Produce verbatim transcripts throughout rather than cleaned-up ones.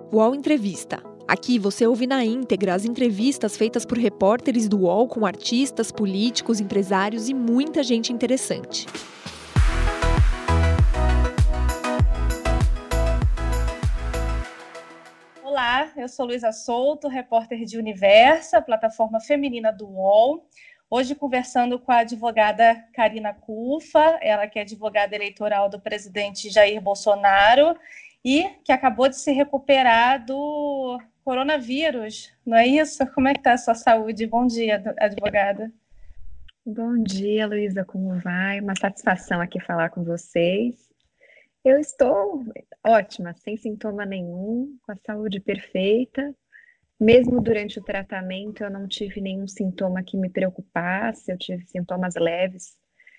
U O L Entrevista. Aqui você ouve na íntegra as entrevistas feitas por repórteres do U O L com artistas, políticos, empresários e muita gente interessante. Olá, eu sou Luísa Souto, repórter de Universa, plataforma feminina do U O L. Hoje conversando com a advogada Karina Cufa, ela que é advogada eleitoral do presidente Jair Bolsonaro e que acabou de se recuperar do coronavírus, não é isso? Como é que está a sua saúde? Bom dia, advogada. Bom dia, Luísa, como vai? Uma satisfação aqui falar com vocês. Eu estou ótima, sem sintoma nenhum, com a saúde perfeita. Mesmo durante o tratamento, eu não tive nenhum sintoma que me preocupasse, eu tive sintomas leves.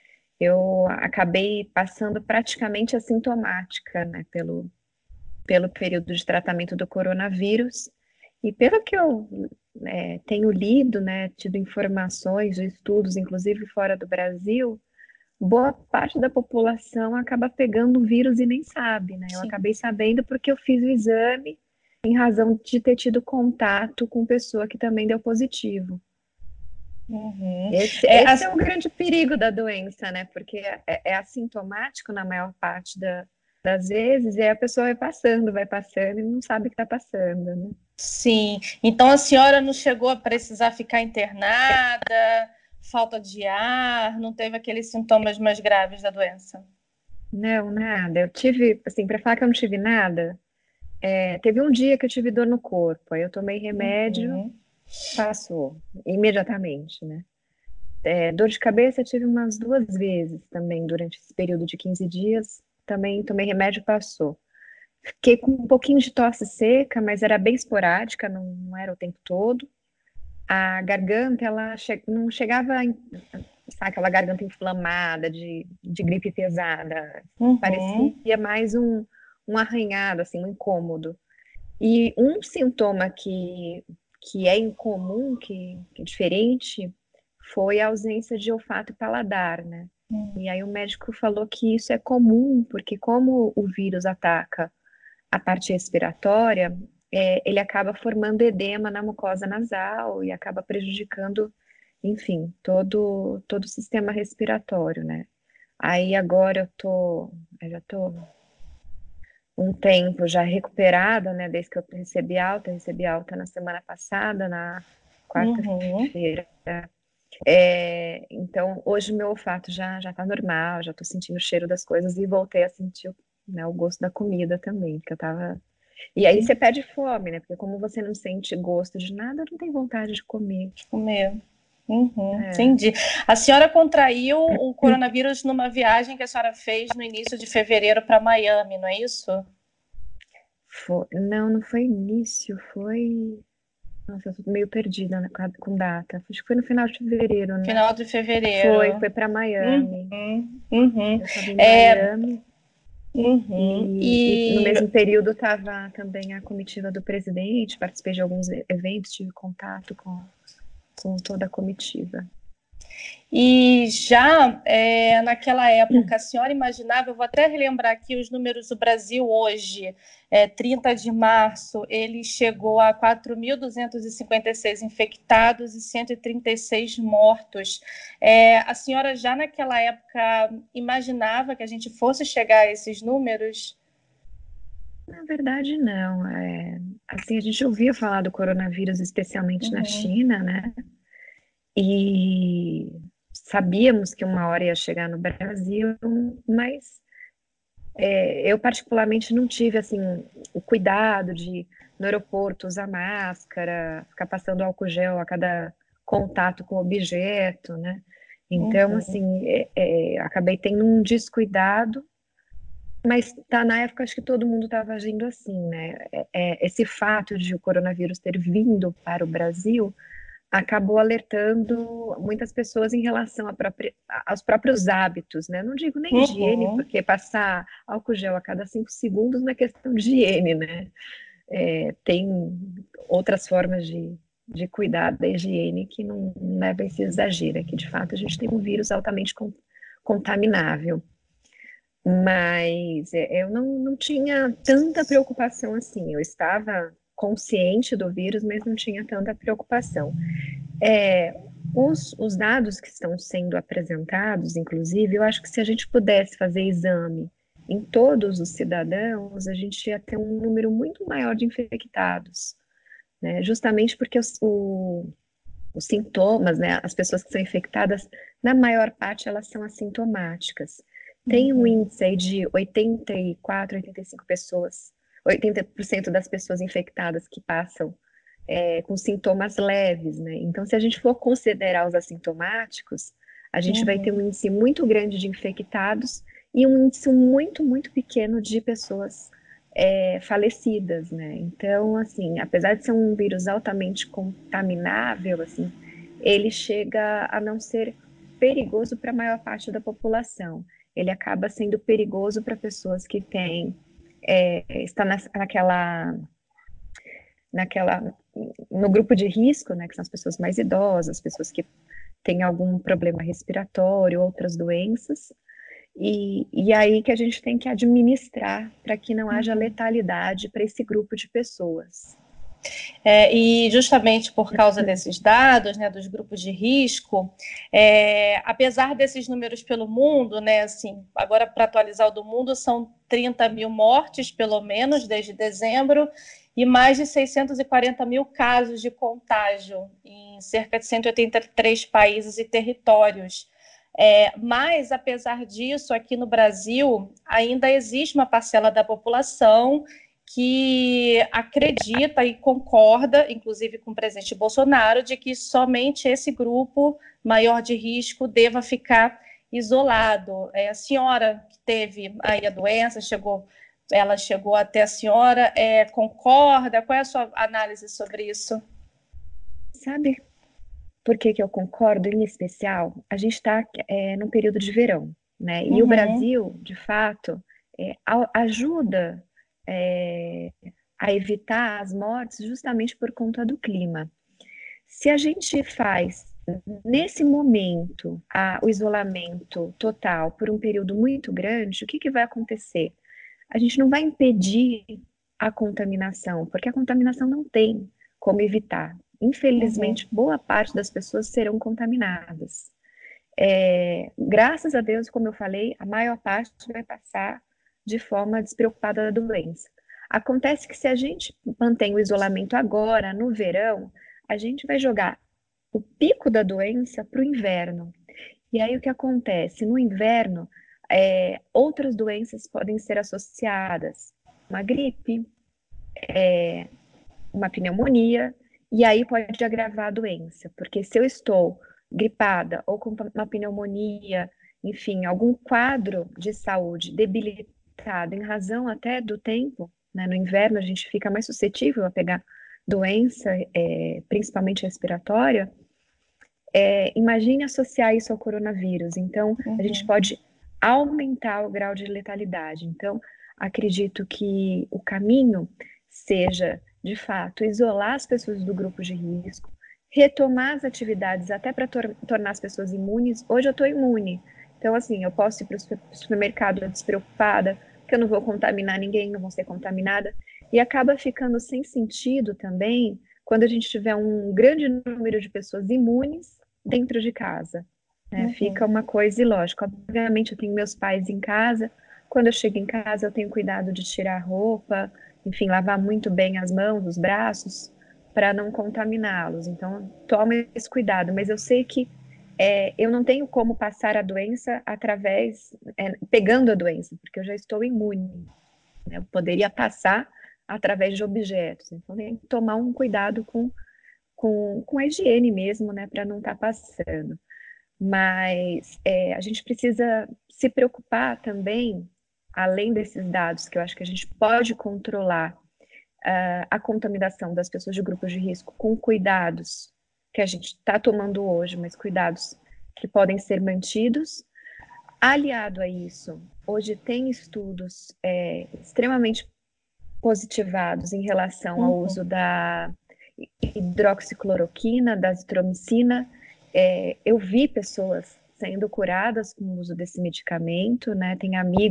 Eu acabei passando praticamente assintomática, né, pelo, pelo período de tratamento do coronavírus. E pelo que eu é, tenho lido, né, tido informações, estudos, inclusive fora do Brasil, boa parte da população acaba pegando o vírus e nem sabe, né? Eu Sim. acabei sabendo porque eu fiz o exame em razão de ter tido contato com pessoa que também deu positivo. Uhum. Esse, é, esse a... é o grande perigo da doença, né? Porque é, é assintomático na maior parte da, das vezes, e aí a pessoa vai passando, vai passando e não sabe o que está passando, né? Sim, então a senhora não chegou a precisar ficar internada, falta de ar, não teve aqueles sintomas mais graves da doença? Não, nada. Eu tive, assim, para falar que eu não tive nada, é, teve um dia que eu tive dor no corpo, aí eu tomei remédio, Uhum. passou imediatamente, né? É, dor de cabeça eu tive umas duas vezes também durante esse período de quinze dias, também tomei remédio, passou. Fiquei com um pouquinho de tosse seca, mas era bem esporádica, não, não era o tempo todo. A garganta, ela che não chegava, em, sabe, aquela garganta inflamada de, de gripe pesada. Uhum. Parecia mais um, um arranhado, assim, um incômodo. E um sintoma que, que é incomum, que, que é diferente, foi a ausência de olfato e paladar, né? Uhum. E aí o médico falou que isso é comum, porque como o vírus ataca a parte respiratória, é, ele acaba formando edema na mucosa nasal e acaba prejudicando, enfim, todo, todo o sistema respiratório, né? Aí agora eu tô, eu já tô um tempo já recuperada, né? Desde que eu recebi alta, recebi alta na semana passada, na quarta-feira. Uhum. É, então, hoje meu olfato já já tá normal, já tô sentindo o cheiro das coisas e voltei a sentir, né, o gosto da comida também, porque eu tava... E aí você perde fome, né? Porque como você não sente gosto de nada, não tem vontade de comer. De comer. Uhum, É. entendi. A senhora contraiu o coronavírus numa viagem que a senhora fez no início de fevereiro para Miami, não é isso? Foi... Não, não foi início, foi... Nossa, eu tô meio perdida, né, com data. Acho que foi no final de fevereiro, né? Final de fevereiro. Foi, foi para Miami. Uhum, uhum. Eu estava em É... Miami. Uhum. E, e no E... mesmo período estava também a comitiva do presidente, participei de alguns eventos, tive contato com, com toda a comitiva. E já é, naquela época, a senhora imaginava, eu vou até relembrar aqui os números do Brasil hoje, é, trinta de março, ele chegou a quatro mil duzentos e cinquenta e seis infectados e cento e trinta e seis mortos. É, a senhora já naquela época imaginava que a gente fosse chegar a esses números? Na verdade, não. É, assim, a gente ouvia falar do coronavírus, especialmente Uhum. na China, né? E sabíamos que uma hora ia chegar no Brasil, mas é, eu particularmente não tive assim o cuidado de no aeroporto usar máscara, ficar passando álcool gel a cada contato com o objeto, né? Então, Uhum. assim, é, é, acabei tendo um descuidado, mas tá, na época acho que todo mundo estava agindo assim, né? É, é, esse fato de o coronavírus ter vindo para o Brasil acabou alertando muitas pessoas em relação à própria, aos próprios hábitos, né? Não digo nem higiene, Uhum. porque passar álcool gel a cada cinco segundos não é questão de higiene, né? É, tem outras formas de, de cuidar da higiene que não, não é esse exagero, é que de fato a gente tem um vírus altamente con, contaminável. Mas é, eu não, não tinha tanta preocupação assim. Eu estava consciente do vírus, mas não tinha tanta preocupação. É, os, os dados que estão sendo apresentados, inclusive, eu acho que se a gente pudesse fazer exame em todos os cidadãos, a gente ia ter um número muito maior de infectados, né? Justamente porque os, o, os sintomas, né, as pessoas que são infectadas, na maior parte, elas são assintomáticas. Tem um Uhum. índice aí de oitenta e quatro, oitenta e cinco pessoas, oitenta por cento das pessoas infectadas que passam é, com sintomas leves, né? Então, se a gente for considerar os assintomáticos, a gente vai ter um Uhum. índice muito grande de infectados e um índice muito, muito pequeno de pessoas é, falecidas, né? Então, assim, apesar de ser um vírus altamente contaminável, assim, ele chega a não ser perigoso para a maior parte da população. Ele acaba sendo perigoso para pessoas que têm, é, está na, naquela naquela no grupo de risco, né, que são as pessoas mais idosas, pessoas que têm algum problema respiratório, outras doenças, e, e aí que a gente tem que administrar para que não haja Uhum. letalidade para esse grupo de pessoas. É, e justamente por causa desses dados, né, dos grupos de risco, é, apesar desses números pelo mundo, né, assim, agora para atualizar o do mundo, são trinta mil mortes, pelo menos, desde dezembro, e mais de seiscentos e quarenta mil casos de contágio em cerca de cento e oitenta e três países e territórios. É, mas, apesar disso, aqui no Brasil, ainda existe uma parcela da população que acredita e concorda, inclusive com o presidente Bolsonaro, de que somente esse grupo maior de risco deva ficar isolado. É, a senhora que teve aí a doença, chegou, ela chegou até a senhora, é, concorda? Qual é a sua análise sobre isso? Sabe por que que eu concordo em especial? A gente está é, num período de verão, né? E o Uhum, Brasil, de fato, é, ajuda é, a evitar as mortes justamente por conta do clima. Se a gente faz nesse momento a, o isolamento total por um período muito grande, o que, que vai acontecer? A gente não vai impedir a contaminação, porque a contaminação não tem como evitar. uhum, Infelizmente, boa parte das pessoas serão contaminadas. É, graças a Deus, como eu falei, a maior parte vai passar de forma despreocupada da doença. Acontece que se a gente mantém o isolamento agora, no verão, a gente vai jogar o pico da doença para o inverno. E aí o que acontece? No inverno, é, outras doenças podem ser associadas, uma gripe, uma pneumonia, e aí pode agravar a doença, porque se eu estou gripada ou com uma pneumonia, enfim, algum quadro de saúde debilitado em razão até do tempo, né? No inverno a gente fica mais suscetível a pegar doença, é, principalmente respiratória. É, imagine associar isso ao coronavírus. Então, a gente uhum, pode aumentar o grau de letalidade. Então, acredito que o caminho seja, de fato, isolar as pessoas do grupo de risco, retomar as atividades até para tor tornar as pessoas imunes. Hoje eu estou imune. Então, assim, eu posso ir para o supermercado despreocupada, que eu não vou contaminar ninguém, não vou ser contaminada. E acaba ficando sem sentido também quando a gente tiver um grande número de pessoas imunes dentro de casa, né? uhum. Fica uma coisa ilógica. Obviamente, eu tenho meus pais em casa. Quando eu chego em casa, eu tenho cuidado de tirar a roupa, enfim, lavar muito bem as mãos, os braços, para não contaminá-los. Então, tome esse cuidado. Mas eu sei que é, eu não tenho como passar a doença através, é, pegando a doença, porque eu já estou imune, né? Eu poderia passar através de objetos. Então, tem que tomar um cuidado com, com, com a higiene mesmo, né, para não estar passando. Mas é, a gente precisa se preocupar também, além desses dados, que eu acho que a gente pode controlar uh, a contaminação das pessoas de grupos de risco com cuidados que a gente está tomando hoje, mas cuidados que podem ser mantidos. Aliado a isso, hoje tem estudos é, extremamente positivados em relação ao Uhum. uso da hidroxicloroquina, da azitromicina. É, eu vi pessoas sendo curadas com o uso desse medicamento, né? Tem amigos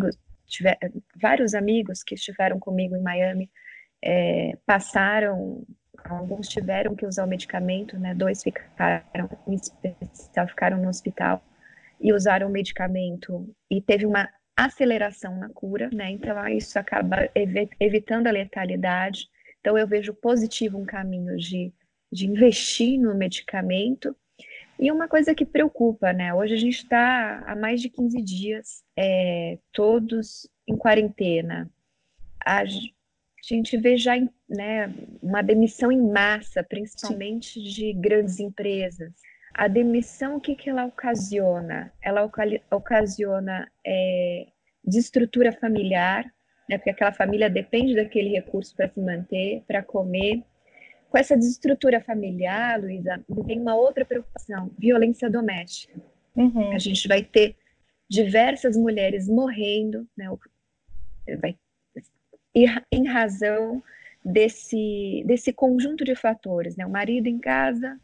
tiver, vários amigos que estiveram comigo em Miami é, passaram, alguns tiveram que usar o medicamento, né? Dois ficaram, em especial, ficaram no hospital e usaram o medicamento e teve uma aceleração na cura, né? Então isso acaba evitando a letalidade. Então eu vejo positivo um caminho de, de investir no medicamento. E uma coisa que preocupa, né? Hoje a gente está há mais de quinze dias, é, todos em quarentena. A gente vê já, né, uma demissão em massa, principalmente Sim. de grandes empresas. A demissão, o que, que ela ocasiona? Ela ocasiona é, desestrutura familiar, né, porque aquela família depende daquele recurso para se manter, para comer. Com essa desestrutura familiar, Luísa, tem uma outra preocupação, violência doméstica. Uhum. A gente vai ter diversas mulheres morrendo, né, vai, em razão desse, desse conjunto de fatores, né, o marido em casa,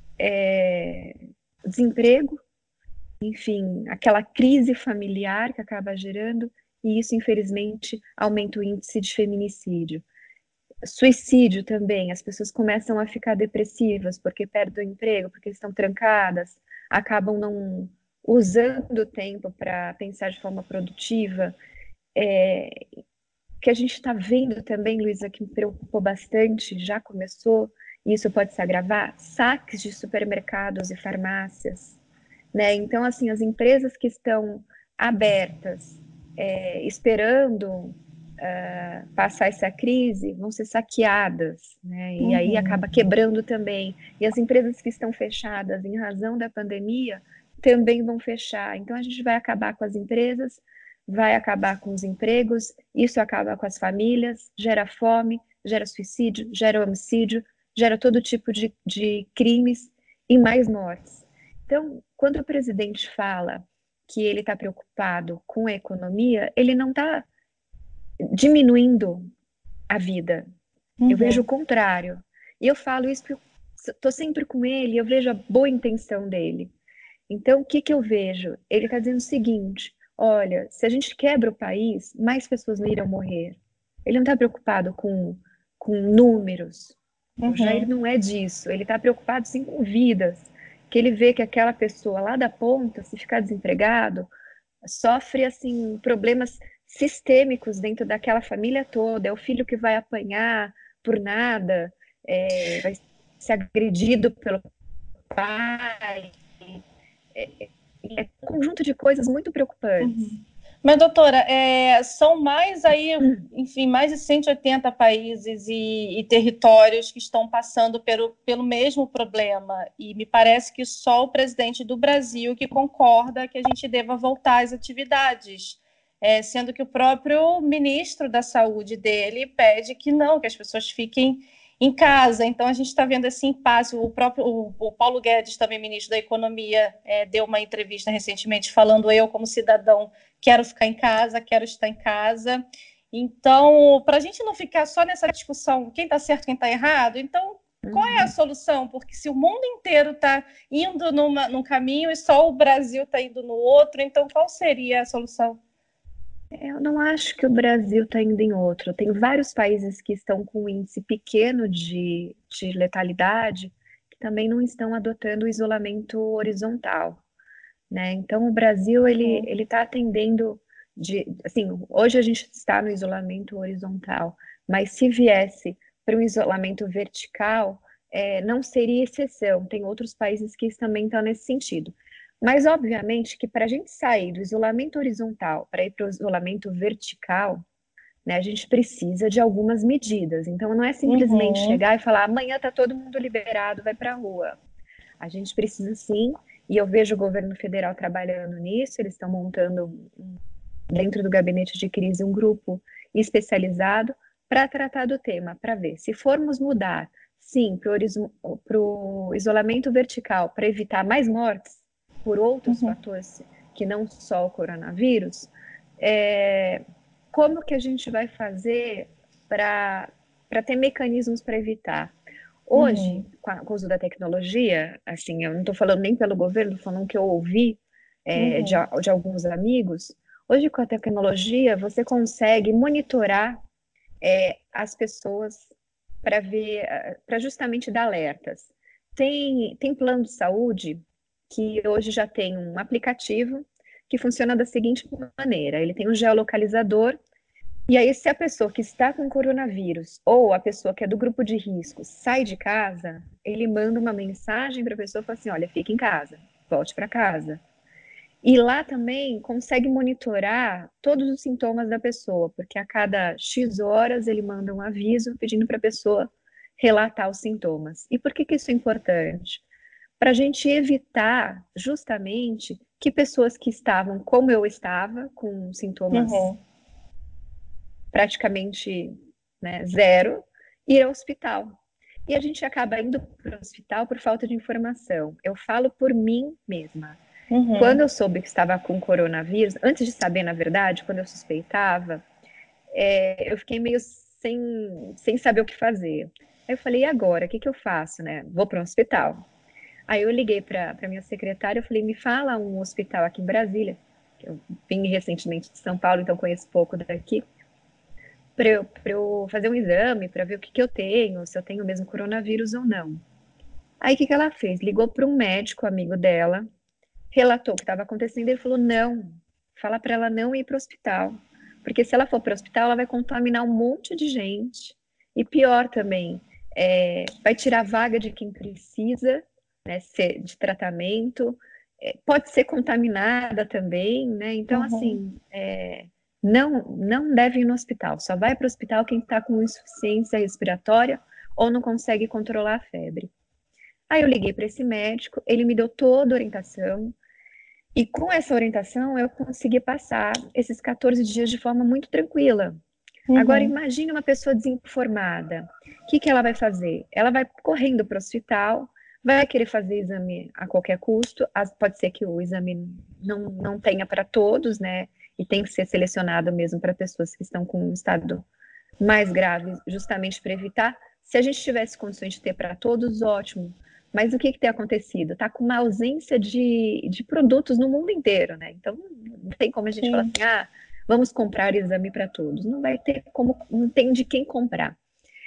é, desemprego, enfim, aquela crise familiar que acaba gerando, e isso, infelizmente, aumenta o índice de feminicídio. Suicídio também, as pessoas começam a ficar depressivas porque perdem o emprego, porque estão trancadas, acabam não usando o tempo para pensar de forma produtiva. É, que a gente está vendo também, Luísa, que me preocupou bastante, já começou, e isso pode se agravar, saques de supermercados e farmácias, né? Então, assim, as empresas que estão abertas, é, esperando Uh, passar essa crise, vão ser saqueadas, né? E uhum. aí acaba quebrando também. E as empresas que estão fechadas em razão da pandemia também vão fechar. Então a gente vai acabar com as empresas, vai acabar com os empregos, isso acaba com as famílias, gera fome, gera suicídio, gera homicídio, gera todo tipo de, de crimes e mais mortes. Então, quando o presidente fala que ele está preocupado com a economia, ele não está diminuindo a vida. Uhum. Eu vejo o contrário. E eu falo isso porque eu estou sempre com ele, eu vejo a boa intenção dele. Então, o que, que eu vejo? Ele está dizendo o seguinte, olha, se a gente quebra o país, mais pessoas não irão morrer. Ele não está preocupado com, com números. Uhum. O Jair não é disso. Ele está preocupado, sim, com vidas. Que ele vê que aquela pessoa lá da ponta, se ficar desempregado, sofre, assim, problemas sistêmicos dentro daquela família toda, é o filho que vai apanhar por nada, é, vai ser agredido pelo pai, é, é um conjunto de coisas muito preocupantes. Uhum. Mas, doutora, é, são mais aí, enfim, mais de cento e oitenta países e, e territórios que estão passando pelo, pelo mesmo problema, e me parece que só o presidente do Brasil que concorda que a gente deva voltar às atividades. É, sendo que o próprio ministro da Saúde dele pede que não, que as pessoas fiquem em casa. Então, a gente está vendo esse impasse. O próprio o, o Paulo Guedes, também ministro da Economia, é, deu uma entrevista recentemente falando: eu, como cidadão, quero ficar em casa, quero estar em casa. Então, para a gente não ficar só nessa discussão, quem está certo, quem está errado, então, qual é a solução? Porque se o mundo inteiro está indo numa, num caminho e só o Brasil está indo no outro, então qual seria a solução? Eu não acho que o Brasil está indo em outro. Tem vários países que estão com um índice pequeno de, de letalidade que também não estão adotando o isolamento horizontal, né? Então, o Brasil ele uhum. ele está atendendo de, assim, hoje a gente está no isolamento horizontal, mas se viesse para um isolamento vertical, é, não seria exceção. Tem outros países que também estão nesse sentido. Mas, obviamente, que para a gente sair do isolamento horizontal para ir para o isolamento vertical, né, a gente precisa de algumas medidas. Então, não é simplesmente uhum. chegar e falar, amanhã está todo mundo liberado, vai para a rua. A gente precisa, sim, e eu vejo o governo federal trabalhando nisso, eles estão montando, dentro do gabinete de crise, um grupo especializado para tratar do tema, para ver se formos mudar, sim, para o isolamento vertical, para evitar mais mortes, por outros uhum. fatores que não só o coronavírus, é, como que a gente vai fazer para ter mecanismos para evitar? Hoje, uhum. com, a, com o uso da tecnologia, assim, eu não estou falando nem pelo governo, estou falando que eu ouvi é, uhum. de, de alguns amigos, Hoje, com a tecnologia, você consegue monitorar é, as pessoas para ver, para justamente dar alertas. Tem, tem plano de saúde que hoje já tem um aplicativo que funciona da seguinte maneira: ele tem um geolocalizador, e aí, se a pessoa que está com coronavírus ou a pessoa que é do grupo de risco sai de casa, ele manda uma mensagem para a pessoa e fala assim: olha, fique em casa, volte para casa. E lá também consegue monitorar todos os sintomas da pessoa, porque a cada X horas ele manda um aviso pedindo para a pessoa relatar os sintomas. E por que que isso é importante? Para a gente evitar justamente que pessoas que estavam como eu estava, com sintomas Uhum. praticamente, né, zero, ir ao hospital. E a gente acaba indo para o hospital por falta de informação. Eu falo por mim mesma. Uhum. Quando eu soube que estava com coronavírus, antes de saber, na verdade, quando eu suspeitava, é, eu fiquei meio sem, sem saber o que fazer. Aí eu falei, e agora? O que, que eu faço, né? Vou para um hospital. Aí eu liguei para a minha secretária, eu falei, me fala um hospital aqui em Brasília. Eu vim recentemente de São Paulo, então conheço pouco daqui, para eu, eu fazer um exame, para ver o que, que eu tenho, se eu tenho mesmo coronavírus ou não. Aí o que, que ela fez? Ligou para um médico amigo dela, relatou o que estava acontecendo, e ele falou: não, fala para ela não ir para o hospital, porque se ela for para o hospital, ela vai contaminar um monte de gente, e pior também, é, vai tirar a vaga de quem precisa, né, ser de tratamento, é, pode ser contaminada também, né? Então, Uhum. assim, é, não, não deve ir no hospital, só vai para o hospital quem está com insuficiência respiratória ou não consegue controlar a febre. Aí eu liguei para esse médico, ele me deu toda a orientação, e com essa orientação eu consegui passar esses quatorze dias de forma muito tranquila. Uhum. Agora imagine uma pessoa desinformada. O que, que ela vai fazer? Ela vai correndo para o hospital, vai querer fazer exame a qualquer custo. Pode ser que o exame não, não tenha para todos, né? E tem que ser selecionado mesmo para pessoas que estão com um estado mais grave, justamente para evitar. Se a gente tivesse condições de ter para todos, ótimo. Mas o que, que tem acontecido? Está com uma ausência de, de produtos no mundo inteiro, né? Então, não tem como a gente Sim. falar assim, ah, vamos comprar exame para todos. Não vai ter como, não tem de quem comprar.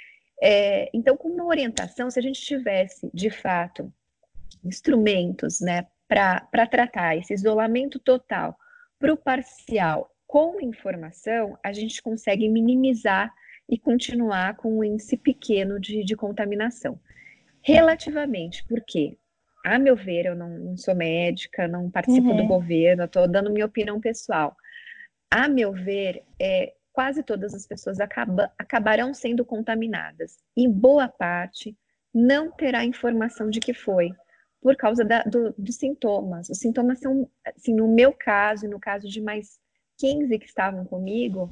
É, então, com uma orientação, se a gente tivesse, de fato, instrumentos, né, para tratar esse isolamento total para o parcial com informação, a gente consegue minimizar e continuar com um índice pequeno de, de contaminação. Relativamente, porque, a meu ver, eu não, não sou médica, não participo do Uhum. governo, estou dando minha opinião pessoal. A meu ver, é, quase todas as pessoas acaba, acabarão sendo contaminadas. E boa parte não terá informação de que foi, por causa da, do, dos sintomas. Os sintomas são, assim, no meu caso, e no caso de mais quinze que estavam comigo,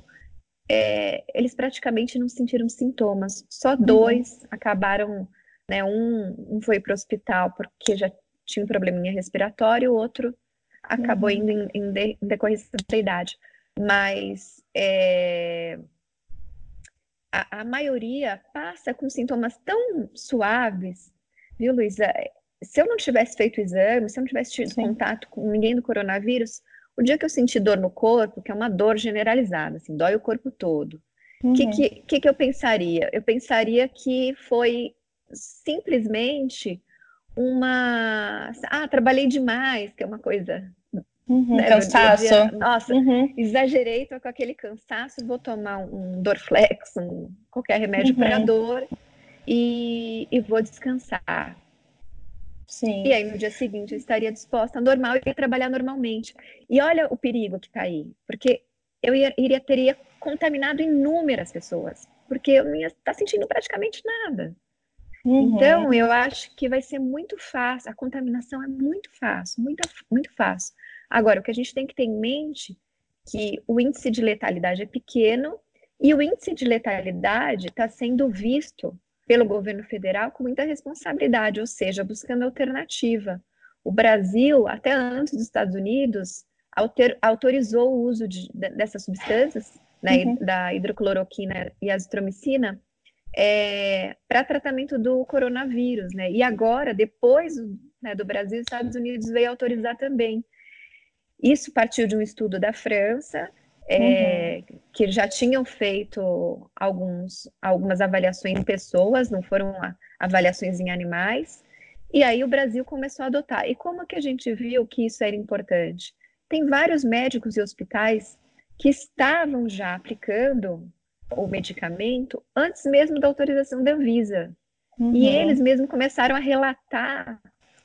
é, eles praticamente não sentiram sintomas. Só dois Uhum. acabaram, né? Um, um foi para o hospital porque já tinha um probleminha respiratório, o outro acabou Uhum. indo em, em, de, em decorrência da idade. Mas é, a, a maioria passa com sintomas tão suaves, viu, Luísa? Se eu não tivesse feito o exame, se eu não tivesse tido Sim. contato com ninguém do coronavírus, o dia que eu senti dor no corpo, que é uma dor generalizada, assim, dói o corpo todo, o que, Uhum. que, que, que eu pensaria? Eu pensaria que foi simplesmente uma. Ah, trabalhei demais, que é uma coisa, Uhum. né, do dia a Cansaço. dia. Nossa, Uhum. exagerei, tô com aquele cansaço, vou tomar um Dorflex, um, qualquer remédio para Uhum. dor e, e vou descansar. Sim. E aí, no dia seguinte, eu estaria disposta a normal e ia trabalhar normalmente. E olha o perigo que está aí, porque eu ia, iria, teria contaminado inúmeras pessoas, porque eu não ia estar sentindo praticamente nada. Uhum. Então, eu acho que vai ser muito fácil, a contaminação é muito fácil, muito, muito fácil. Agora, o que a gente tem que ter em mente é que o índice de letalidade é pequeno e o índice de letalidade está sendo visto pelo governo federal com muita responsabilidade, ou seja, buscando alternativa. O Brasil, até antes dos Estados Unidos, autor, autorizou o uso de, dessas substâncias, né, Uhum. da hidrocloroquina e azitromicina, é, para tratamento do coronavírus, né? E agora, depois, né, do Brasil, os Estados Unidos veio autorizar também. Isso partiu de um estudo da França, é, uhum. que já tinham feito alguns, algumas avaliações em pessoas, não foram avaliações em animais, e aí o Brasil começou a adotar. E como que a gente viu que isso era importante? Tem vários médicos e hospitais que estavam já aplicando o medicamento antes mesmo da autorização da Anvisa. Uhum. E eles mesmos começaram a relatar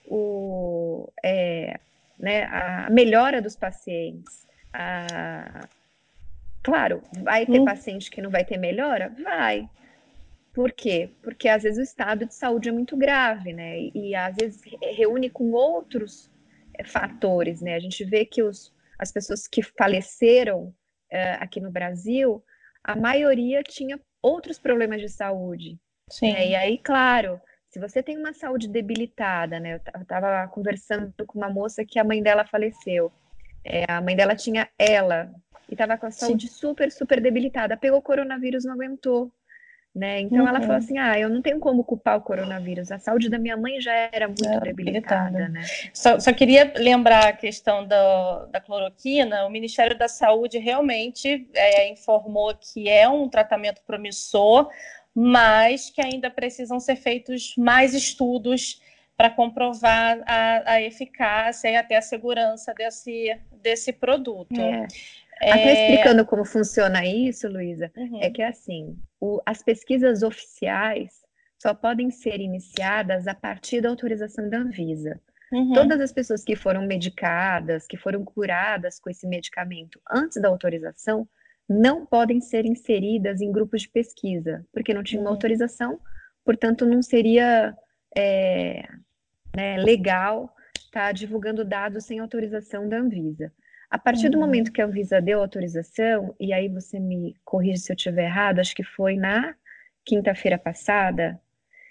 o, é, né, a melhora dos pacientes. A... Claro, vai ter uhum. paciente que não vai ter melhora? Vai. Por quê? Porque às vezes o estado de saúde é muito grave, né? E, e às vezes reúne com outros é, fatores, né? A gente vê que os, as pessoas que faleceram é, aqui no Brasil, a maioria tinha outros problemas de saúde. Sim. Né? E aí, claro, se você tem uma saúde debilitada, né? Eu estava conversando com uma moça que a mãe dela faleceu. É, a mãe dela tinha ela e estava com a saúde Sim. super, super debilitada. Pegou coronavírus, não aguentou. Né? Então uhum. ela falou assim, ah, eu não tenho como culpar o coronavírus, a saúde da minha mãe já era muito é, debilitada, né? Só, só queria lembrar a questão da, da cloroquina, o Ministério da Saúde realmente é, informou que é um tratamento promissor, mas que ainda precisam ser feitos mais estudos para comprovar a, a eficácia e até a segurança desse, desse produto. É. Até explicando como funciona isso, Luísa, uhum. é que assim, o, as pesquisas oficiais só podem ser iniciadas a partir da autorização da Anvisa. Uhum. Todas as pessoas que foram medicadas, que foram curadas com esse medicamento antes da autorização, não podem ser inseridas em grupos de pesquisa, porque não tinha uma uhum. autorização, portanto não seria é, né, legal estar divulgando dados sem autorização da Anvisa. A partir uhum. do momento que a Anvisa deu autorização, e aí você me corrige se eu estiver errado, acho que foi na quinta-feira passada,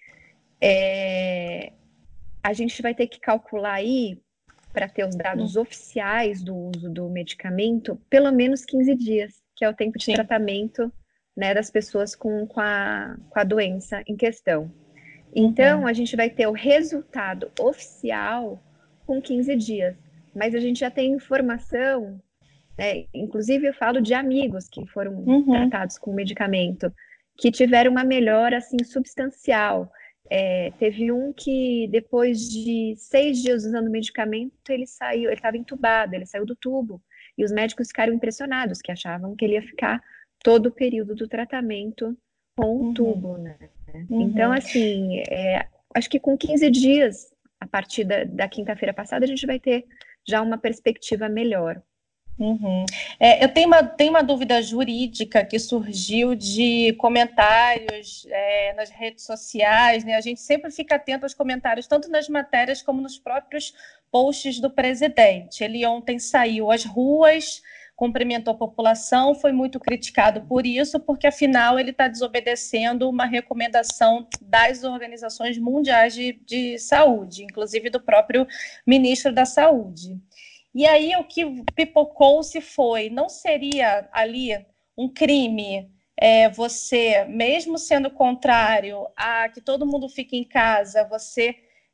é, a gente vai ter que calcular aí, para ter os dados uhum. oficiais do uso do medicamento, pelo menos quinze dias, que é o tempo de Sim. tratamento né, das pessoas com, com, a, com a doença em questão. Então, uhum. a gente vai ter o resultado oficial com quinze dias. Mas a gente já tem informação, né, inclusive eu falo de amigos que foram uhum. tratados com medicamento, que tiveram uma melhora assim, substancial. É, teve um que depois de seis dias usando medicamento, ele saiu, ele estava entubado, ele saiu do tubo. E os médicos ficaram impressionados, que achavam que ele ia ficar todo o período do tratamento com o uhum. tubo, né? Uhum. Então, assim, é, acho que com quinze dias, a partir da, da quinta-feira passada, a gente vai ter já uma perspectiva melhor. Uhum. É, eu tenho uma, tenho uma dúvida jurídica que surgiu de comentários é, nas redes sociais, né? A gente sempre fica atento aos comentários, tanto nas matérias como nos próprios posts do presidente. Ele ontem saiu às ruas, cumprimentou a população, foi muito criticado por isso, porque afinal ele está desobedecendo uma recomendação das organizações mundiais de, de saúde, inclusive do próprio ministro da Saúde. E aí o que pipocou-se foi, não seria ali um crime é, você, mesmo sendo contrário a que todo mundo fique em casa, você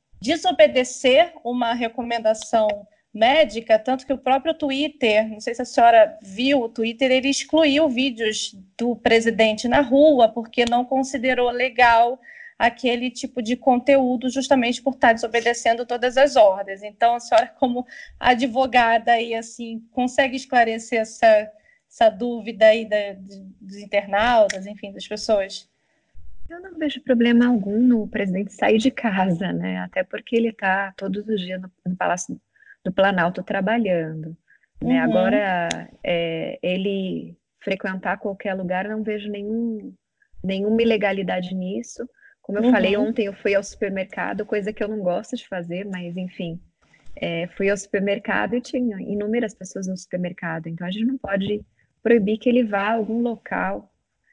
desobedecer uma recomendação médica, tanto que o próprio Twitter, não sei se a senhora viu, o Twitter ele excluiu vídeos do presidente na rua porque não considerou legal aquele tipo de conteúdo justamente por estar desobedecendo todas as ordens. Então, a senhora, como advogada, aí, assim, consegue esclarecer essa, essa dúvida aí da, de, dos internautas, enfim, das pessoas? Eu não vejo problema algum no presidente sair de casa, né? Até porque ele está todos os dias no, no Palácio do Planalto trabalhando. Né? Uhum. Agora, é, ele frequentar qualquer lugar, não vejo nenhum, nenhuma ilegalidade nisso. Como eu uhum. falei, ontem eu fui ao supermercado, coisa que eu não gosto de fazer, mas enfim, é, fui ao supermercado e tinha inúmeras pessoas no supermercado. Então a gente não pode proibir que ele vá a algum local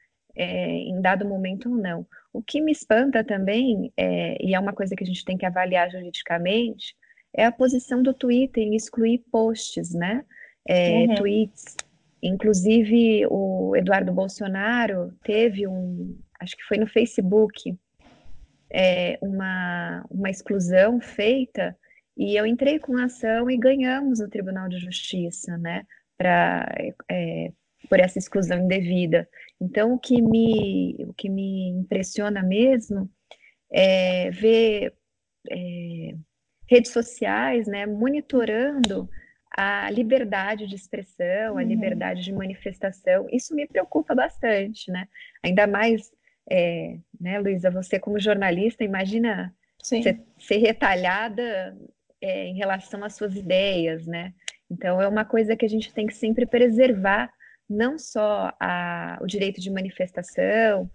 é, em dado momento ou não. O que me espanta também, é, e é uma coisa que a gente tem que avaliar juridicamente, é a posição do Twitter em excluir posts, né? É, uhum. Tweets. Inclusive, o Eduardo Bolsonaro teve um, acho que foi no Facebook, É, uma, uma exclusão feita E eu entrei com a ação e ganhamos no Tribunal de Justiça, né, pra, é, por essa exclusão indevida. Então, o que me, o que me impressiona mesmo é ver é, redes sociais, né, monitorando a liberdade de expressão, a Uhum. liberdade de manifestação. Isso me preocupa bastante, né? Ainda mais, é, né, Luísa, você como jornalista, imagina ser, Sim. ser retalhada, é, em relação às suas ideias, né? Então é uma coisa que a gente tem que sempre preservar, não só a, o direito de manifestação,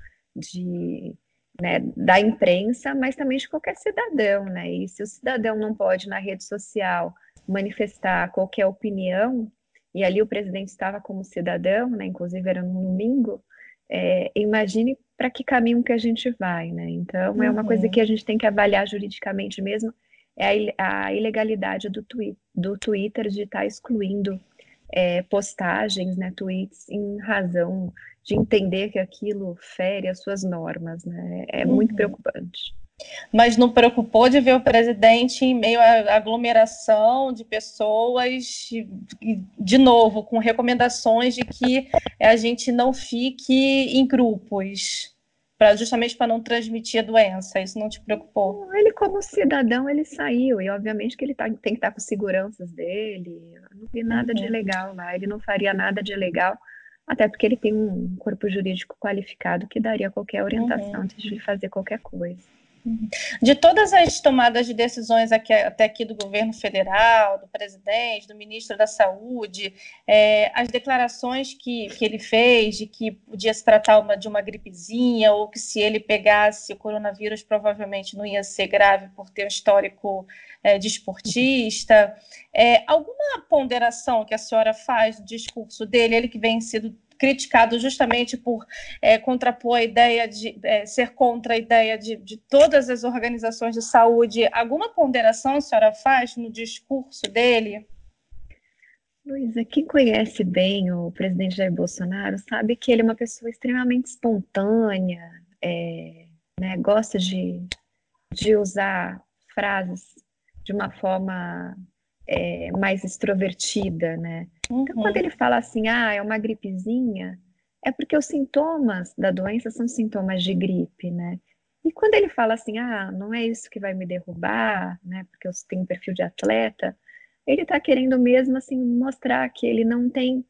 de né, da imprensa, mas também de qualquer cidadão, né? E se o cidadão não pode na rede social manifestar qualquer opinião, e ali o presidente estava como cidadão, né? Inclusive era no domingo, é, imagine para que caminho que a gente vai, né? Então é uma coisa que Uhum. a gente tem que avaliar juridicamente mesmo, é a, a ilegalidade do, twi do Twitter de estar excluindo é, postagens, né, tweets, em razão de entender que aquilo fere as suas normas, né? É muito Uhum. preocupante. Mas não preocupou de ver o presidente em meio à aglomeração de pessoas, de novo, com recomendações de que a gente não fique em grupos, pra, justamente para não transmitir a doença. Isso não te preocupou? Ele, como cidadão, ele saiu, e obviamente que ele tá, tem que estar com seguranças dele. Eu não vi nada de Uhum. ilegal lá, ele não faria nada de ilegal, até porque ele tem um corpo jurídico qualificado que daria qualquer orientação Uhum. antes de fazer qualquer coisa. De todas as tomadas de decisões aqui, até aqui do governo federal, do presidente, do ministro da Saúde, é, as declarações que, que ele fez de que podia se tratar uma, de uma gripezinha, ou que se ele pegasse o coronavírus provavelmente não ia ser grave por ter um histórico é, de esportista, é, alguma ponderação que a senhora faz no discurso dele, ele que vem sido criticado justamente por é, contrapor a ideia de é, ser contra a ideia de, de todas as organizações de saúde. Alguma ponderação a senhora faz no discurso dele? Luísa, quem conhece bem o presidente Jair Bolsonaro sabe que ele é uma pessoa extremamente espontânea, é, né, gosta de, de usar frases de uma forma é, mais extrovertida, né? Então, quando Uhum. ele fala assim, ah, é uma gripezinha, é porque os sintomas da doença são sintomas de gripe, né? E quando ele fala assim, ah, não é isso que vai me derrubar, né? Porque eu tenho um perfil de atleta, ele está querendo mesmo assim mostrar que ele não tem,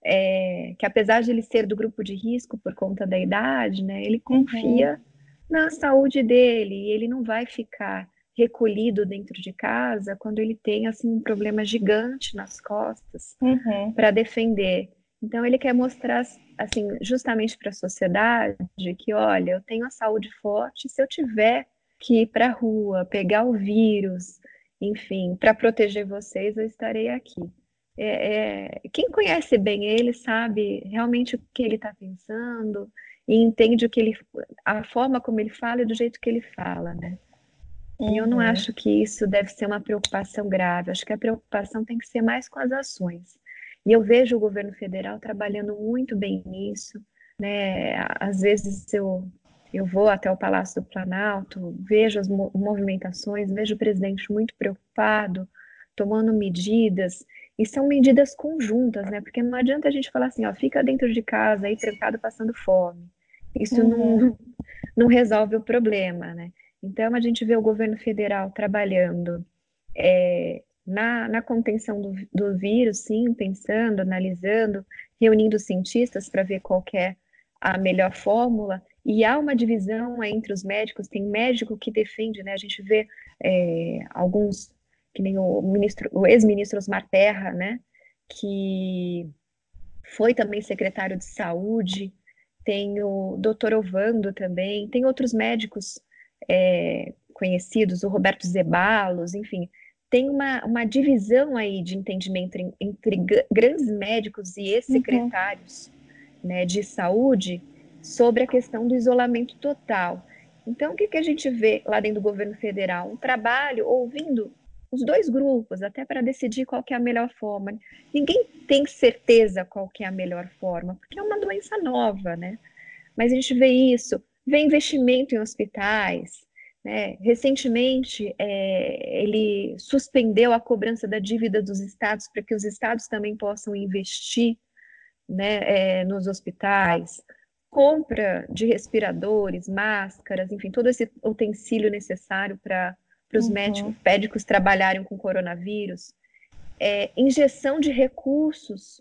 é, que apesar de ele ser do grupo de risco por conta da idade, né? Ele Uhum. confia na saúde dele e ele não vai ficar recolhido dentro de casa quando ele tem assim um problema gigante nas costas Uhum. para defender. Então ele quer mostrar assim justamente para a sociedade que, olha, eu tenho a saúde forte, se eu tiver que ir para a rua, pegar o vírus, enfim, para proteger vocês, eu estarei aqui. É, é, quem conhece bem ele sabe realmente o que ele está pensando e entende o que ele, a forma como ele fala e do jeito que ele fala, né? E eu não Uhum. acho que isso deve ser uma preocupação grave, acho que a preocupação tem que ser mais com as ações. E eu vejo o governo federal trabalhando muito bem nisso, né? Às vezes eu, eu vou até o Palácio do Planalto, vejo as movimentações, vejo o presidente muito preocupado, tomando medidas, e são medidas conjuntas, né? Porque não adianta a gente falar assim, ó, fica dentro de casa aí trancado passando fome. Isso Uhum. não, não resolve o problema, né? Então, a gente vê o governo federal trabalhando é, na, na contenção do, do vírus, sim, pensando, analisando, reunindo cientistas para ver qual que é a melhor fórmula. E há uma divisão entre os médicos, tem médico que defende, né? A gente vê é, alguns, que nem o ministro, o ex-ministro Osmar Terra, né? Que foi também secretário de saúde, tem o doutor Ovando também, tem outros médicos é, conhecidos, o Roberto Zeballos, enfim, tem uma, uma divisão aí de entendimento entre, entre grandes médicos e Uhum. ex-secretários, né, de saúde sobre a questão do isolamento total. Então, o que, que a gente vê lá dentro do governo federal? Um trabalho ouvindo os dois grupos, até para decidir qual que é a melhor forma. Ninguém tem certeza qual que é a melhor forma, porque é uma doença nova, né? Mas a gente vê isso, vê investimento em hospitais, né? Recentemente, é, ele suspendeu a cobrança da dívida dos estados para que os estados também possam investir, né, é, nos hospitais, compra de respiradores, máscaras, enfim, todo esse utensílio necessário para os médicos, Uhum. médicos trabalharem com coronavírus, é, injeção de recursos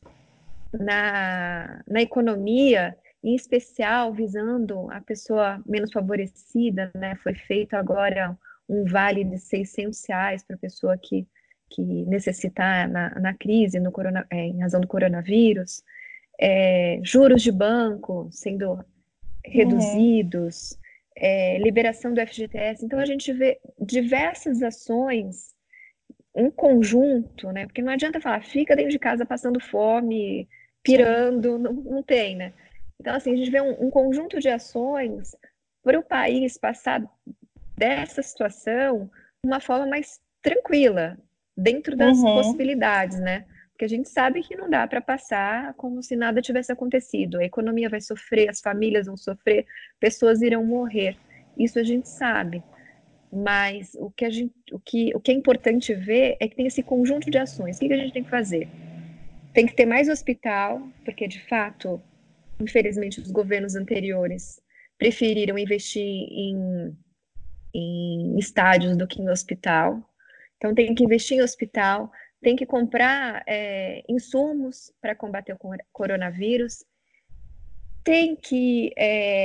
na, na economia, em especial visando a pessoa menos favorecida, né? Foi feito agora um vale de seiscentos reais para a pessoa que, que necessitar na, na crise, no corona, é, em razão do coronavírus, é, juros de banco sendo Uhum. reduzidos, é, liberação do F G T S. Então, a gente vê diversas ações um conjunto, né? Porque não adianta falar, fica dentro de casa passando fome, Sim. pirando, não, não tem, né? Então, assim, a gente vê um, um conjunto de ações para o país passar dessa situação de uma forma mais tranquila, dentro das Uhum. possibilidades, né? Porque a gente sabe que não dá para passar como se nada tivesse acontecido. A economia vai sofrer, as famílias vão sofrer, pessoas irão morrer. Isso a gente sabe. Mas o que, a gente, o, que, o que é importante ver é que tem esse conjunto de ações. O que a gente tem que fazer? Tem que ter mais hospital, porque de fato, infelizmente, os governos anteriores preferiram investir em, em estádios do que em hospital. Então, tem que investir em hospital, tem que comprar é, insumos para combater o coronavírus, tem que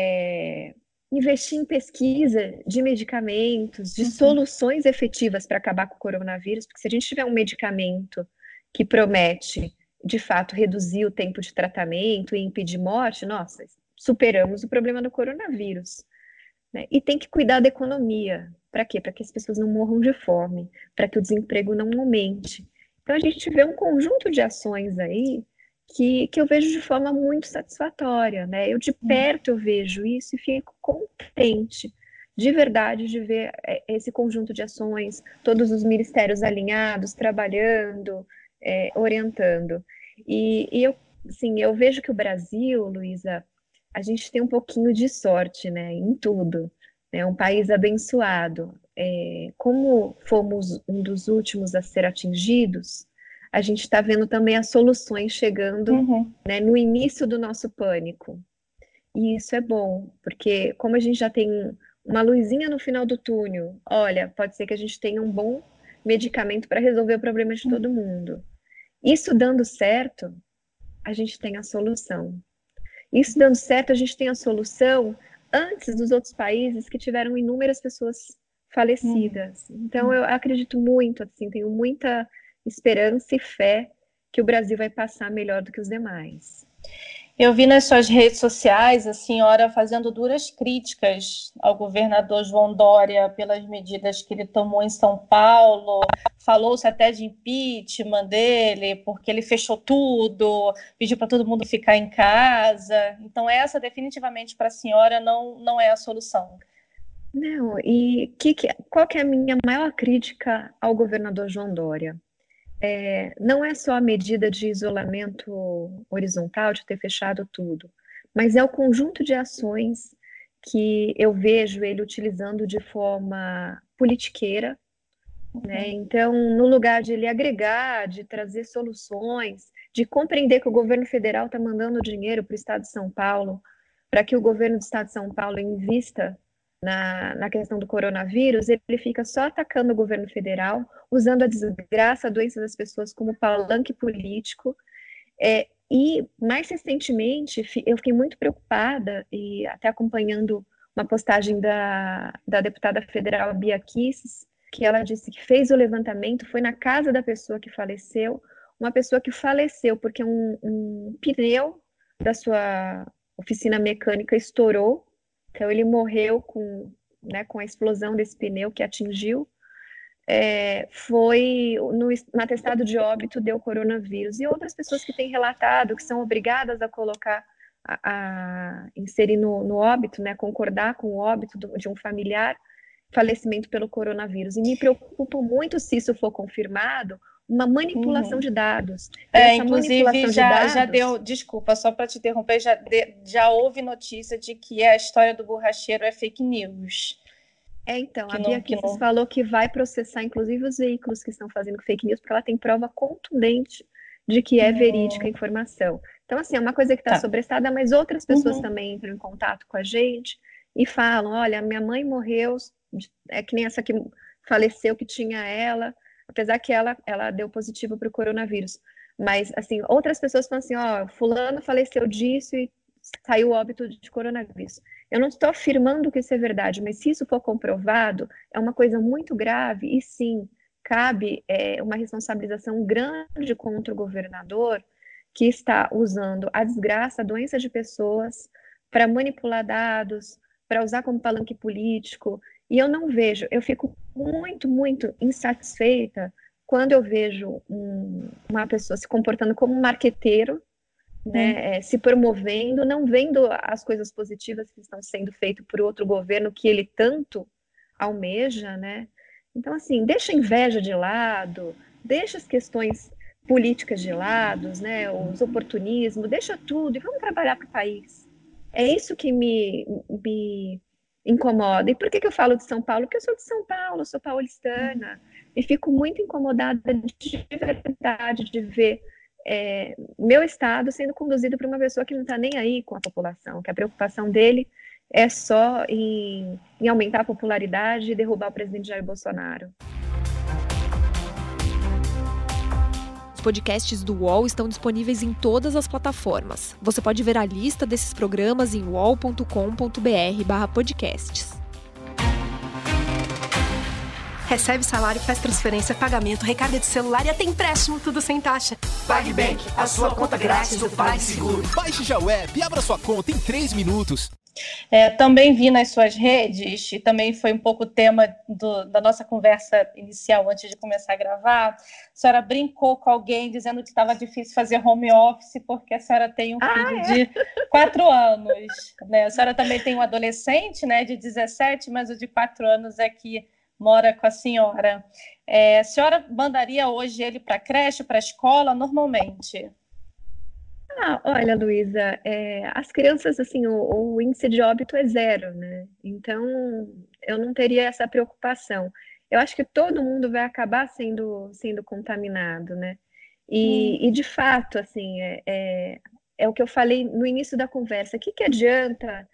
é, investir em pesquisa de medicamentos, de Uhum. soluções efetivas para acabar com o coronavírus, porque se a gente tiver um medicamento que promete, de fato, reduzir o tempo de tratamento e impedir morte, nossa, superamos o problema do coronavírus, né? E tem que cuidar da economia. Para quê? Para que as pessoas não morram de fome, para que o desemprego não aumente. Então, a gente vê um conjunto de ações aí que, que eu vejo de forma muito satisfatória, né? Eu de perto eu vejo isso e fico contente, de verdade, de ver é, esse conjunto de ações, todos os ministérios alinhados, trabalhando, é, orientando. E, e eu, assim, eu vejo que o Brasil, Luísa, a gente tem um pouquinho de sorte, né, em tudo. É um país abençoado. É, como fomos um dos últimos a ser atingidos, a gente está vendo também as soluções chegando, Uhum. né, no início do nosso pânico. E isso é bom, porque como a gente já tem uma luzinha no final do túnel, olha, pode ser que a gente tenha um bom medicamento para resolver o problema de todo mundo. Isso dando certo, a gente tem a solução. Isso dando certo, a gente tem a solução antes dos outros países que tiveram inúmeras pessoas Uhum. falecidas. Então, eu acredito muito, assim, tenho muita esperança e fé que o Brasil vai passar melhor do que os demais. Eu vi nas suas redes sociais a senhora fazendo duras críticas ao governador João Dória pelas medidas que ele tomou em São Paulo. Falou-se até de impeachment dele, porque ele fechou tudo, pediu para todo mundo ficar em casa. Então, essa definitivamente para a senhora não, não é a solução. Não, e que, que, qual que é a minha maior crítica ao governador João Dória? É, não é só a medida de isolamento horizontal, de ter fechado tudo, mas é o conjunto de ações que eu vejo ele utilizando de forma politiqueira, né? Então, no lugar de ele agregar, de trazer soluções, de compreender que o governo federal está mandando dinheiro para o estado de São Paulo, para que o governo do estado de São Paulo invista na, na questão do coronavírus, ele fica só atacando o governo federal, usando a desgraça, a doença das pessoas como palanque político. É, e, mais recentemente, eu fiquei muito preocupada, e até acompanhando uma postagem da, da deputada federal Bia Kicis, que ela disse que fez o levantamento, foi na casa da pessoa que faleceu, uma pessoa que faleceu porque um, um pneu da sua oficina mecânica estourou, então ele morreu com, né, com a explosão desse pneu que atingiu, é, foi no, no atestado de óbito deu coronavírus. E outras pessoas que têm relatado que são obrigadas a colocar, a, a inserir no, no óbito, né, concordar com o óbito do, de um familiar, falecimento pelo coronavírus. E me preocupa muito se isso for confirmado, uma manipulação Uhum. de dados. E É, essa inclusive, manipulação de já, já dados. deu, desculpa, só para te interromper, já, de, já houve notícia de que a história do borracheiro é fake news. É, então, a que Bia não, que Kicis não... falou que vai processar, inclusive, os veículos que estão fazendo fake news, porque ela tem prova contundente de que é verídica a Hum, informação. Então, assim, é uma coisa que está tá. sobrestada, mas outras pessoas Uhum, também entram em contato com a gente e falam: olha, minha mãe morreu, é que nem essa que faleceu, que tinha ela, apesar que ela, ela deu positivo para o coronavírus. Mas, assim, outras pessoas falam assim: ó, fulano faleceu disso e saiu óbito de coronavírus. Eu não estou afirmando que isso é verdade, mas se isso for comprovado, é uma coisa muito grave e sim, cabe é, uma responsabilização grande contra o governador que está usando a desgraça, a doença de pessoas para manipular dados, para usar como palanque político. E eu não vejo, eu fico muito, muito insatisfeita quando eu vejo um, uma pessoa se comportando como um marqueteiro, sim. né, é, se promovendo, não vendo as coisas positivas que estão sendo feitas por outro governo que ele tanto almeja, né? Então, assim, deixa a inveja de lado, deixa as questões políticas de lado, né, os oportunismos, deixa tudo e vamos trabalhar para o país. É isso que me, me incomoda. E por que que eu falo de São Paulo? Porque eu sou de São Paulo, sou paulistana, e fico muito incomodada de verdade de ver é, meu estado sendo conduzido por uma pessoa que não está nem aí com a população, que a preocupação dele é só em, em aumentar a popularidade e derrubar o presidente Jair Bolsonaro. Os podcasts do U O L estão disponíveis em todas as plataformas. Você pode ver a lista desses programas em uol ponto com ponto br barra podcasts. Recebe salário, faz transferência, pagamento, recarga de celular e até empréstimo, tudo sem taxa. PagBank, a sua conta grátis do PagSeguro. Baixe já o app e abra sua conta em três minutos. É, também vi nas suas redes, e também foi um pouco o tema do, da nossa conversa inicial antes de começar a gravar, a senhora brincou com alguém dizendo que estava difícil fazer home office porque a senhora tem um filho Ah, é? de quatro anos. Né? A senhora também tem um adolescente, né, de dezessete, mas o de quatro anos é que mora com a senhora. É, a senhora mandaria hoje ele para a creche, para a escola, normalmente? Ah, olha, Luísa, é, as crianças, assim, o, o índice de óbito é zero, né? Então, eu não teria essa preocupação. Eu acho que todo mundo vai acabar sendo, sendo contaminado, né? Hum, E, e de fato, assim, é, é, é o que eu falei no início da conversa. O que que adianta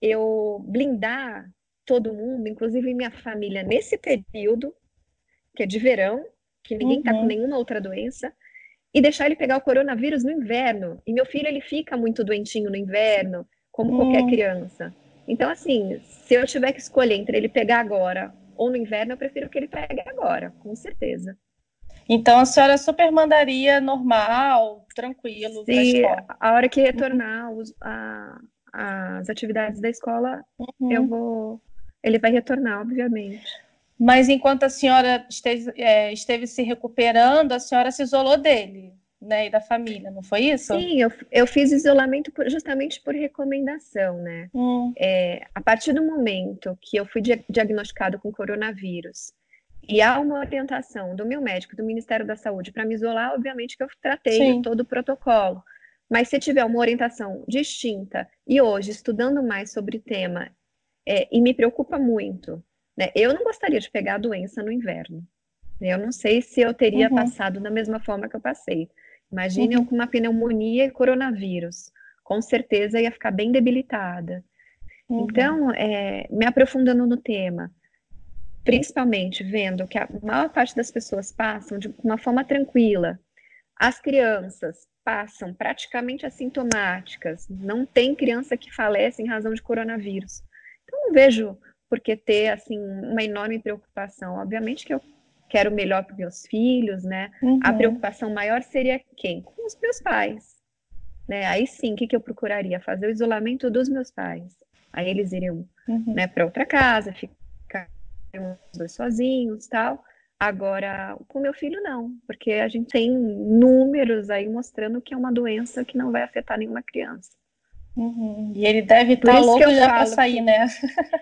eu blindar todo mundo, inclusive minha família, nesse período, que é de verão, que ninguém está com uhum, nenhuma outra doença, e deixar ele pegar o coronavírus no inverno. E meu filho, ele fica muito doentinho no inverno, como qualquer hum. criança. Então, assim, se eu tiver que escolher entre ele pegar agora ou no inverno, eu prefiro que ele pegue agora, com certeza. Então, a senhora super mandaria normal, tranquilo, para a Se escola? a hora que retornar os- a- as atividades da escola, eu Uhum. vou. Ele vai retornar, obviamente. Mas enquanto a senhora esteve, é, esteve se recuperando, a senhora se isolou dele, né, e da família, não foi isso? Sim, eu, eu fiz isolamento por- justamente por recomendação, né? Hum, É, a partir do momento que eu fui dia- diagnosticado com coronavírus e há uma orientação do meu médico, do Ministério da Saúde, para me isolar, obviamente que eu tratei de sim. todo o protocolo. Mas se tiver uma orientação distinta e hoje estudando mais sobre o tema, é, e me preocupa muito, né? Eu não gostaria de pegar a doença no inverno. Eu não sei se eu teria Uhum, passado da mesma forma que eu passei. Imagine eu uhum, com uma pneumonia e coronavírus. Com certeza ia ficar bem debilitada. uhum, Então, é, me aprofundando no tema, principalmente vendo que a maior parte das pessoas passam de uma forma tranquila, as crianças passam praticamente assintomáticas, não tem criança que falece em razão de coronavírus. Então, não vejo por que ter assim uma enorme preocupação. Obviamente que eu quero o melhor para os meus filhos, né? A uhum, preocupação maior seria quem? Com os meus pais, né? Aí sim, o que que eu procuraria? Fazer o isolamento dos meus pais. Aí eles iriam, uhum, né, para outra casa, ficar os dois sozinhos, tal. Agora, com meu filho não, porque a gente tem números aí mostrando que é uma doença que não vai afetar nenhuma criança. uhum. E ele deve Por estar isso que louco eu já para falo sair, que, né?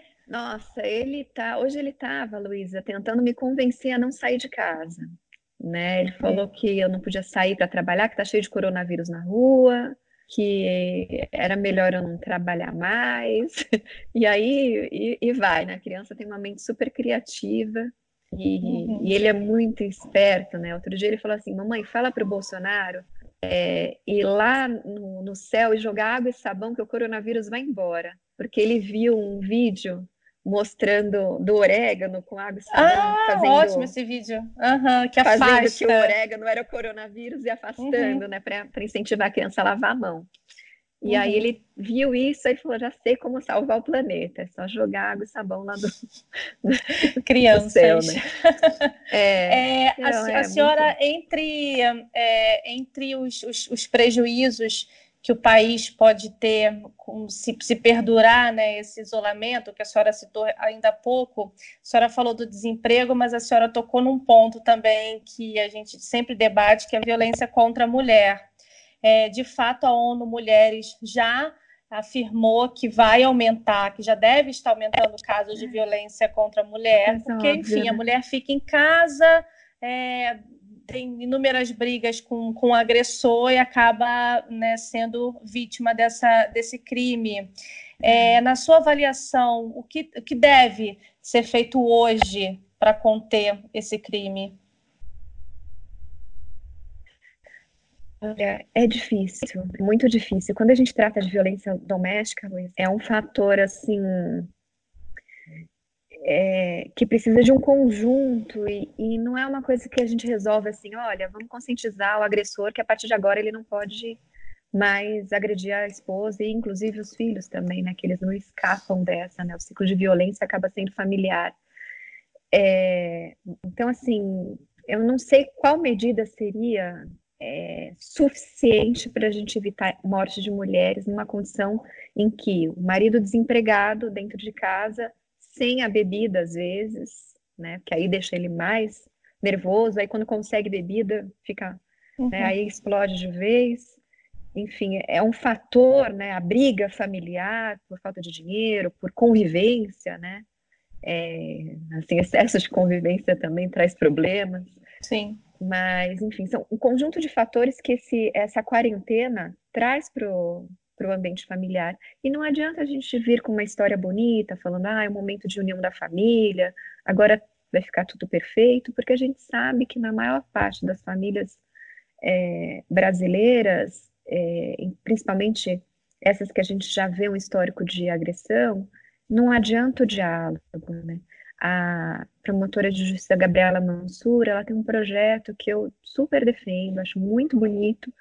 nossa, ele tá, hoje ele estava, Luísa, tentando me convencer a não sair de casa, né? Ele falou que eu não podia sair para trabalhar, que tá cheio de coronavírus na rua, que era melhor eu não trabalhar mais, e aí e, e vai, né? A criança tem uma mente super criativa, e, Uhum. e ele é muito esperto, né? Outro dia ele falou assim, mamãe, fala para o Bolsonaro é, ir lá no, no céu e jogar água e sabão que o coronavírus vai embora, porque ele viu um vídeo mostrando do orégano com água e sabão, Ah, ótimo fazendo esse vídeo. Aham, que fazendo que o afasta. orégano era o coronavírus e afastando, Uhum, né, para incentivar a criança a lavar a mão. E aí uhum. ele viu isso e falou, já sei como salvar o planeta, é só jogar água e sabão lá do, do céu, Crianças. né? É, É, a, não, se- a é muito... senhora, entre, é, entre os, os, os prejuízos que o país pode ter com, se, se perdurar, né, esse isolamento, que a senhora citou ainda há pouco, a senhora falou do desemprego, mas a senhora tocou num ponto também que a gente sempre debate, que é a violência contra a mulher. É, de fato, a ONU Mulheres já afirmou que vai aumentar, que já deve estar aumentando casos de violência contra a Uma mulher, coisa porque, óbvia, enfim, a né? mulher fica em casa, é, tem inúmeras brigas com, com o agressor e acaba, né, sendo vítima dessa, desse crime. É, na sua avaliação, o que, o que deve ser feito hoje para conter esse crime? Olha, é difícil, é muito difícil. Quando a gente trata de violência doméstica, Luiz, é um fator assim é, que precisa de um conjunto e, e não é uma coisa que a gente resolve assim, olha, vamos conscientizar o agressor que a partir de agora ele não pode mais agredir a esposa e inclusive os filhos também, né? Que eles não escapam dessa, né? O ciclo de violência acaba sendo familiar. É, então, assim, eu não sei qual medida seria é, suficiente para a gente evitar morte de mulheres numa condição em que o marido desempregado dentro de casa, sem a bebida às vezes, né? Que aí deixa ele mais nervoso, aí quando consegue bebida, fica, né, Uhum. aí explode de vez. Enfim, é um fator, né? A briga familiar por falta de dinheiro, por convivência, né? É, assim, excesso de convivência também traz problemas, Sim. mas, enfim, são um conjunto de fatores que esse, essa quarentena traz para o ambiente familiar. E não adianta a gente vir com uma história bonita, falando, ah, é um momento de união da família, agora vai ficar tudo perfeito, porque a gente sabe que na maior parte das famílias é, brasileiras, é, principalmente essas que a gente já vê um histórico de agressão, não adianta o diálogo, né? A promotora de justiça Gabriela Mansur, ela tem um projeto que eu super defendo, acho muito bonito,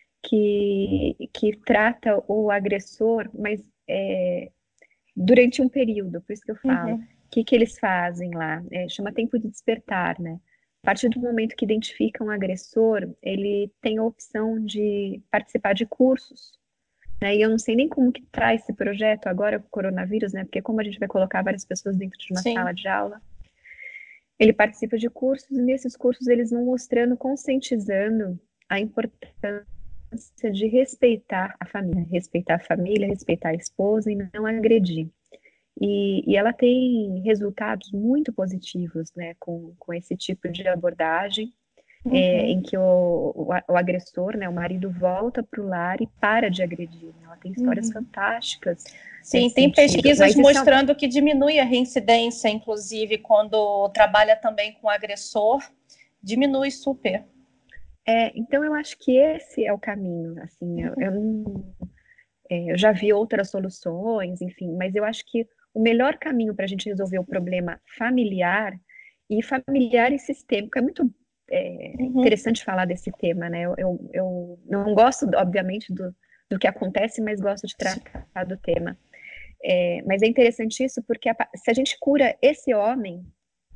que, que trata o agressor, mas é, durante um período, por isso que eu falo. O Uhum. que, que eles fazem lá? É, chama tempo de despertar, né? A partir do momento que identificam um agressor, ele tem a opção de participar de cursos, né? E eu não sei nem como que traz esse projeto agora com o coronavírus, né? Porque como a gente vai colocar várias pessoas dentro de uma Sim. sala de aula, ele participa de cursos e nesses cursos eles vão mostrando, conscientizando a importância de respeitar a família, respeitar a família, respeitar a esposa e não agredir. E, e ela tem resultados muito positivos, né, com, com esse tipo de abordagem, é, Uhum. em que o, o, o agressor, né, o marido volta para o lar e para de agredir. Né? Ela tem histórias Uhum. fantásticas Sim, nesse tem sentido. pesquisas Mas isso é, mostrando que diminui a reincidência, inclusive quando trabalha também com agressor, diminui super. é, então eu acho que esse é o caminho. Assim, eu, eu, não, é, eu já vi outras soluções, enfim, mas eu acho que o melhor caminho para a gente resolver o problema familiar e familiar e sistêmico é muito é, Uhum. interessante falar desse tema, né? Eu, eu, eu não gosto, obviamente, do, do que acontece, mas gosto de tratar do tema. É, mas é interessante isso porque a, se a gente cura esse homem,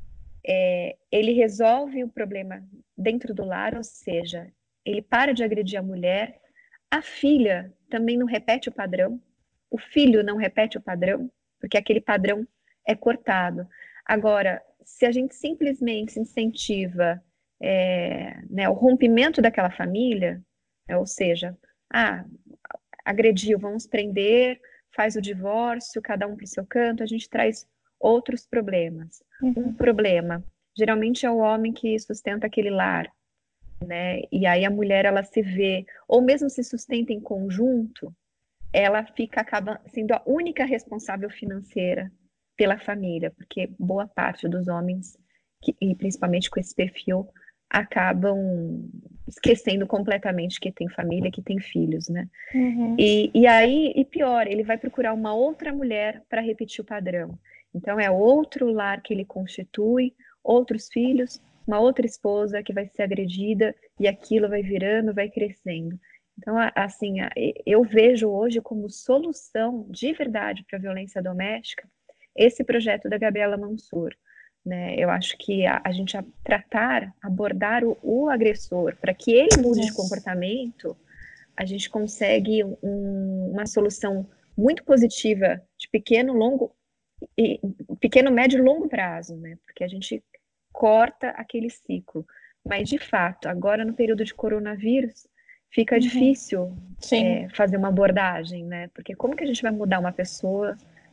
é, ele resolve o problema dentro do lar, ou seja, ele para de agredir a mulher, a filha também não repete o padrão, o filho não repete o padrão, porque aquele padrão é cortado. Agora, se a gente simplesmente incentiva é, né, o rompimento daquela família, é, ou seja, ah, agrediu, vamos prender, faz o divórcio, cada um para o seu canto, a gente traz outros problemas. Um Uhum. problema, geralmente é o homem que sustenta aquele lar, né? E aí a mulher, ela se vê, ou mesmo se sustenta em conjunto, ela fica acaba sendo a única responsável financeira pela família, porque boa parte dos homens, que, e principalmente com esse perfil, acabam esquecendo completamente que tem família, que tem filhos, né? Uhum. E, e aí, e pior, ele vai procurar uma outra mulher para repetir o padrão. Então, é outro lar que ele constitui, outros filhos, uma outra esposa que vai ser agredida, e aquilo vai virando, vai crescendo. Então, assim, eu vejo hoje como solução de verdade para a violência doméstica esse projeto da Gabriela Mansur, né? Eu acho que a, a gente a tratar, abordar o, o agressor para que ele mude de comportamento, a gente consegue um, uma solução muito positiva de pequeno, longo, e, pequeno, médio e longo prazo, né? Porque a gente corta aquele ciclo. Mas, de fato, agora no período de coronavírus, fica uhum. difícil é, fazer uma abordagem, né? Porque como que a gente vai mudar uma pessoa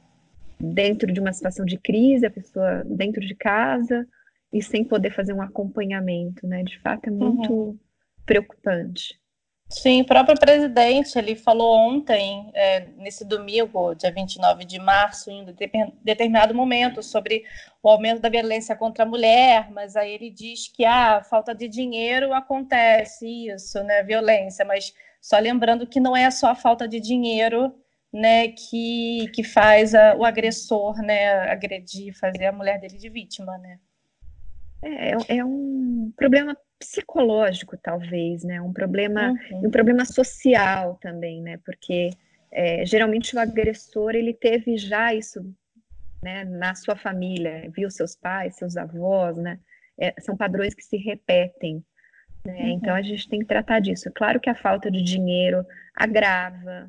dentro de uma situação de crise, a pessoa dentro de casa, e sem poder fazer um acompanhamento, né? De fato, é muito uhum. preocupante. Sim, o próprio presidente, ele falou ontem, é, nesse domingo, dia vinte e nove de março, em um determinado momento, sobre o aumento da violência contra a mulher, mas aí ele diz que a ah, falta de dinheiro acontece isso, né, violência, mas só lembrando que não é só a falta de dinheiro, né, que, que faz a, o agressor, né, agredir, fazer a mulher dele de vítima, né. É, é um problema psicológico, talvez, né? Um problema, uhum. um problema social também, né? Porque é, geralmente o agressor ele teve já isso, né, na sua família, viu seus pais, seus avós, né? É, são padrões que se repetem, né? Uhum. Então a gente tem que tratar disso. Claro que a falta de dinheiro agrava,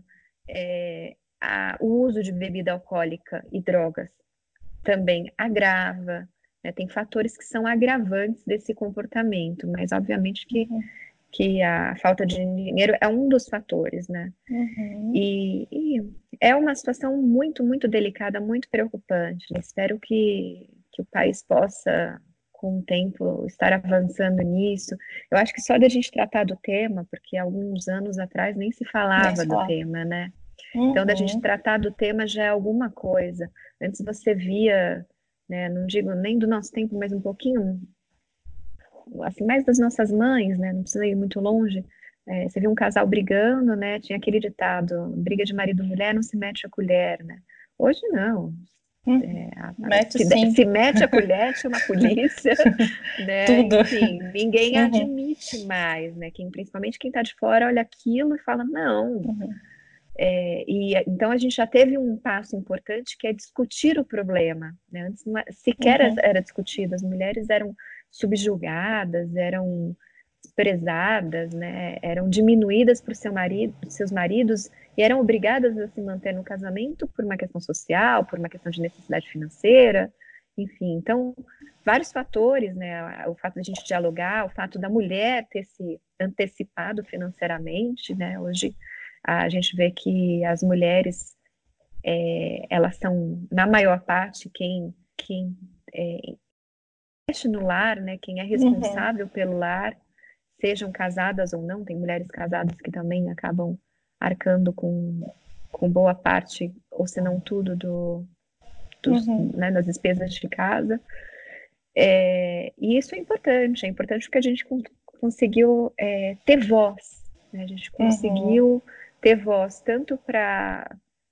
é, a, o uso de bebida alcoólica e drogas também agrava. Tem fatores que são agravantes desse comportamento, mas obviamente que, uhum. que a falta de dinheiro é um dos fatores, né? Uhum. E, e é uma situação muito, muito delicada, muito preocupante. Espero que, que o país possa, com o tempo, estar avançando nisso. Eu acho que só da gente tratar do tema, porque alguns anos atrás nem se falava nem do fala. tema, né? Uhum. Então, da gente tratar do tema já é alguma coisa. Antes você via... Né, não digo nem do nosso tempo, mas um pouquinho, assim, mais das nossas mães, né, não precisa ir muito longe, é, você viu um casal brigando, né, tinha aquele ditado, briga de marido e mulher não se mete a colher, né, hoje não, hum, é, a, mete se, sim. se mete a colher, chama a polícia, né, tudo. Enfim, ninguém uhum. admite mais, né, quem, principalmente quem está de fora olha aquilo e fala, não, uhum. É, e então a gente já teve um passo importante que é discutir o problema, né? Antes não era, sequer uhum. era discutido, as mulheres eram subjugadas, eram desprezadas, né? Eram diminuídas por seu marido, seus maridos e eram obrigadas a se manter no casamento por uma questão social, por uma questão de necessidade financeira, enfim, então vários fatores, né? O fato de a gente dialogar, o fato da mulher ter se antecipado financeiramente, né? Hoje a gente vê que as mulheres, é, elas são, na maior parte, quem, quem é, investe no lar, né, quem é responsável uhum. pelo lar, sejam casadas ou não, tem mulheres casadas que também acabam arcando com, com boa parte, ou se não tudo, do, dos, uhum. né, das despesas de casa. É, e isso é importante, é importante porque a gente conseguiu é, ter voz, né, a gente conseguiu uhum. ter voz tanto para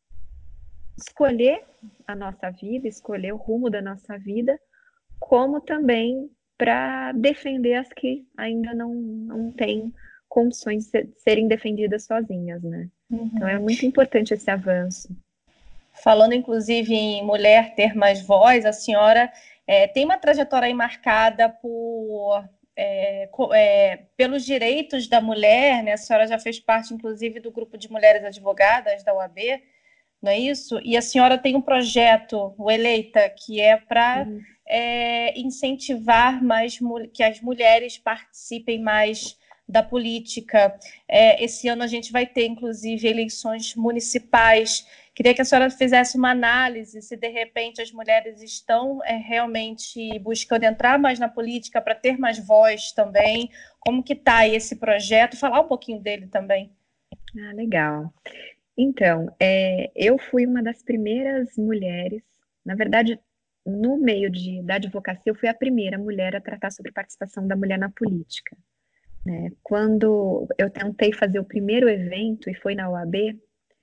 escolher a nossa vida, escolher o rumo da nossa vida, como também para defender as que ainda não, não têm condições de serem defendidas sozinhas, né? Uhum. Então é muito importante esse avanço. Falando, inclusive, em mulher ter mais voz, a senhora é, tem uma trajetória aí marcada por... É, é, pelos direitos da mulher, né? A senhora já fez parte, inclusive, do grupo de mulheres advogadas da O A B, não é isso? E a senhora tem um projeto, o Eleita, que é para uhum. é, incentivar mais que as mulheres participem mais da política. É, esse ano a gente vai ter, inclusive, eleições municipais. Queria que a senhora fizesse uma análise se, de repente, as mulheres estão é, realmente buscando entrar mais na política para ter mais voz também. Como que está esse projeto? Falar um pouquinho dele também. Ah, legal. Então, é, eu fui uma das primeiras mulheres, na verdade, no meio de, da advocacia, eu fui a primeira mulher a tratar sobre participação da mulher na política, né? Quando eu tentei fazer o primeiro evento, e foi na O A B,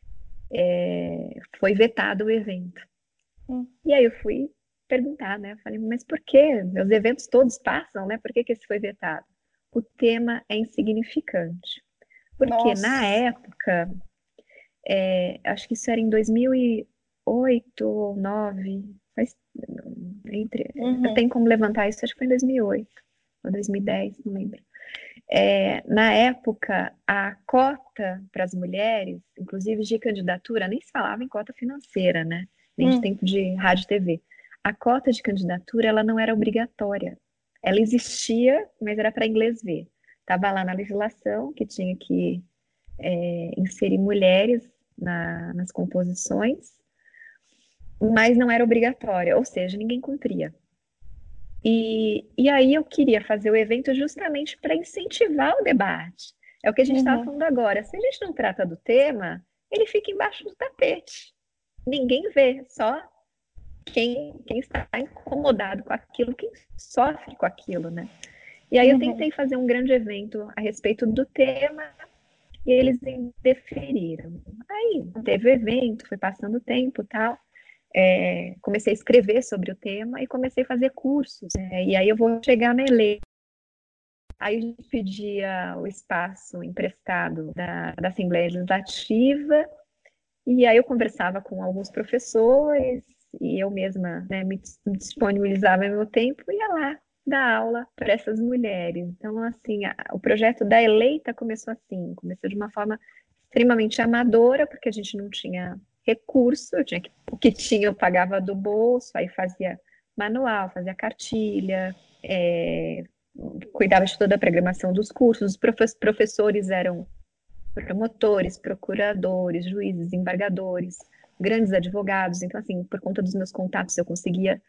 é, foi vetado o evento. Hum. E aí eu fui perguntar, né? Falei, mas por quê? Meus eventos todos passam, né? Por que que esse foi vetado? O tema é insignificante. Porque Nossa. na época, é, acho que isso era em dois mil e oito ou dois mil e nove, faz, entre, Uhum. eu tenho como levantar isso, acho que foi em dois mil e oito ou dois mil e dez, não lembro. É, na época, a cota para as mulheres, inclusive de candidatura, nem se falava em cota financeira, né? Nem de Hum. tempo de rádio e T V. A cota de candidatura, ela não era obrigatória. Ela existia, mas era para inglês ver. Estava lá na legislação que tinha que é, inserir mulheres na, nas composições, mas não era obrigatória, ou seja, ninguém cumpria. E, e aí eu queria fazer o evento justamente para incentivar o debate. É o que a gente estava Uhum. falando agora. Se a gente não trata do tema, ele fica embaixo do tapete. Ninguém vê, só quem, quem está incomodado com aquilo, quem sofre com aquilo, né? E aí eu Uhum. tentei fazer um grande evento a respeito do tema e eles indeferiram. Aí teve o evento, foi passando o tempo e tal. É, comecei a escrever sobre o tema e comecei a fazer cursos. Né? E aí eu vou chegar na eleita. Aí a gente pedia o espaço emprestado da, da Assembleia Legislativa, e aí eu conversava com alguns professores, e eu mesma, né, me disponibilizava meu tempo e ia lá dar aula para essas mulheres. Então, assim, a, o projeto da eleita começou assim, começou de uma forma extremamente amadora, porque a gente não tinha recurso, eu tinha que, o que tinha eu pagava do bolso, aí fazia manual, fazia cartilha, é, cuidava de toda a programação dos cursos, os profe- professores eram promotores, procuradores, juízes, embargadores, grandes advogados, então assim, por conta dos meus contatos eu conseguia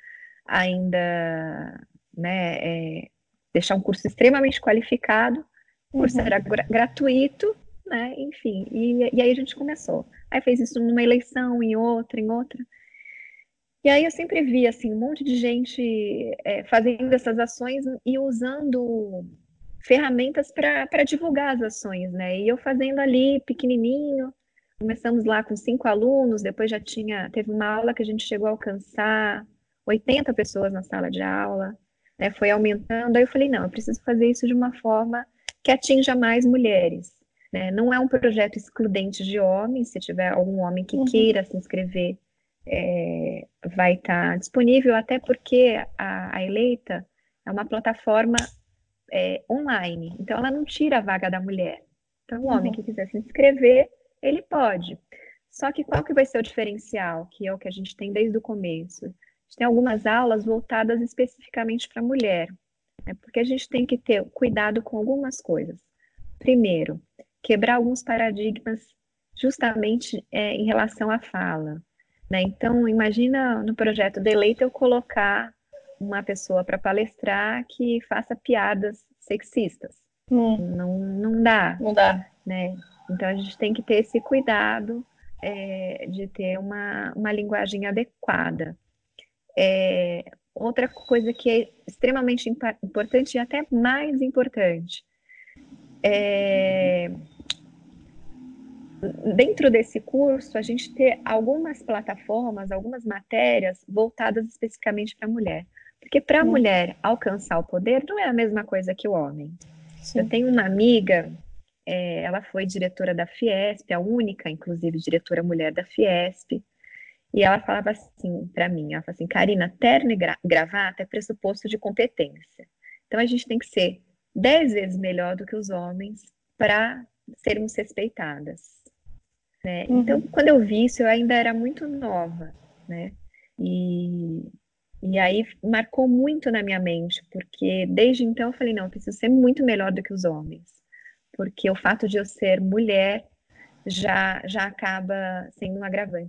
ainda, né, é, deixar um curso extremamente qualificado, o curso Uhum. era gra- gratuito, né, enfim, e, e aí a gente começou. Aí fez isso numa eleição, em outra, em outra. E aí eu sempre vi, assim, um monte de gente é, fazendo essas ações e usando ferramentas para divulgar as ações, né? E eu fazendo ali, pequenininho, começamos lá com cinco alunos, depois já tinha, teve uma aula que a gente chegou a alcançar oitenta pessoas na sala de aula, né? Foi aumentando, aí eu falei, não, eu preciso fazer isso de uma forma que atinja mais mulheres, né? Não é um projeto excludente de homens, se tiver algum homem que Uhum. queira se inscrever, é, vai estar disponível, até porque a, a Eleita é uma plataforma é, online, então ela não tira a vaga da mulher. Então, o homem Uhum. que quiser se inscrever, ele pode. Só que qual que vai ser o diferencial, que é o que a gente tem desde o começo? A gente tem algumas aulas voltadas especificamente para a mulher, né? Porque a gente tem que ter cuidado com algumas coisas. Primeiro, quebrar alguns paradigmas justamente é, em relação à fala, né? Então, imagina no projeto da Eleita eu colocar uma pessoa para palestrar que faça piadas sexistas. Hum. Não, não dá, Não dá. né? Então, a gente tem que ter esse cuidado é, de ter uma, uma linguagem adequada. É, outra coisa que é extremamente impa- importante e até mais importante, é, dentro desse curso, a gente ter algumas plataformas, algumas matérias voltadas especificamente para a mulher. Porque para a Hum. mulher alcançar o poder não é a mesma coisa que o homem. Sim. Eu tenho uma amiga, é, ela foi diretora da Fiesp, a única, inclusive, diretora mulher da Fiesp, e ela falava assim para mim, ela falava assim, Carina, terno e gra gravata é pressuposto de competência. Então a gente tem que ser dez vezes melhor do que os homens para sermos respeitadas. Né? Uhum. Então, quando eu vi isso, eu ainda era muito nova, né? E, e aí marcou muito na minha mente, porque desde então eu falei, não, eu preciso ser muito melhor do que os homens, porque o fato de eu ser mulher já, já acaba sendo um agravante.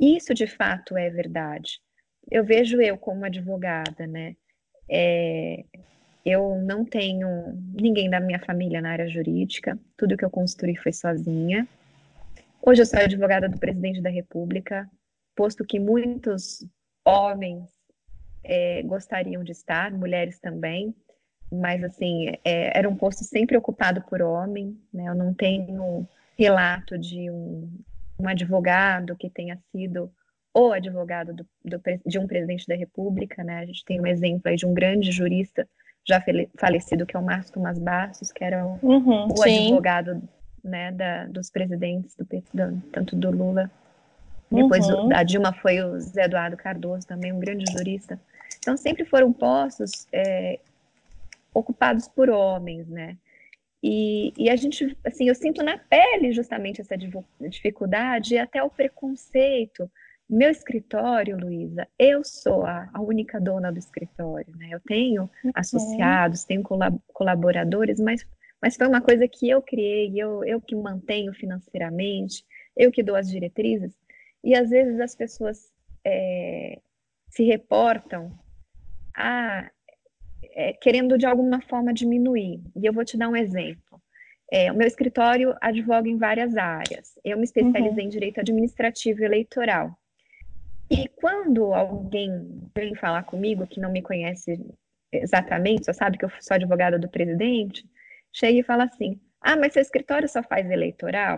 Isso de fato é verdade. Eu vejo eu como advogada, né? É, eu não tenho ninguém da minha família na área jurídica, tudo que eu construí foi sozinha. Hoje eu sou advogada do presidente da República, posto que muitos homens é, gostariam de estar, mulheres também, mas assim, é, era um posto sempre ocupado por homem, né? Eu não tenho relato de um, um advogado que tenha sido o advogado do, do, de um presidente da República, né? A gente tem um exemplo aí de um grande jurista já falecido, que é o Márcio Tomás Bastos, que era o, Uhum, o advogado, né, da, dos presidentes, do, do, tanto do Lula, depois uhum. da Dilma foi o Zé Eduardo Cardoso, também um grande jurista. Então sempre foram postos é, ocupados por homens, né? E, e a gente, assim, eu sinto na pele justamente essa dificuldade e até o preconceito. Meu escritório, Luísa, eu sou a, a única dona do escritório, né? Eu tenho associados, tenho colab colaboradores, mas, mas foi uma coisa que eu criei, eu, eu que mantenho financeiramente, eu que dou as diretrizes, e às vezes as pessoas é, se reportam a É, querendo de alguma forma diminuir. E eu vou te dar um exemplo. É, o meu escritório advoga em várias áreas. Eu me especializei Uhum. em direito administrativo e eleitoral. E quando alguém vem falar comigo que não me conhece exatamente, só sabe que eu sou advogada do presidente, chega e fala assim: ah, mas seu escritório só faz eleitoral?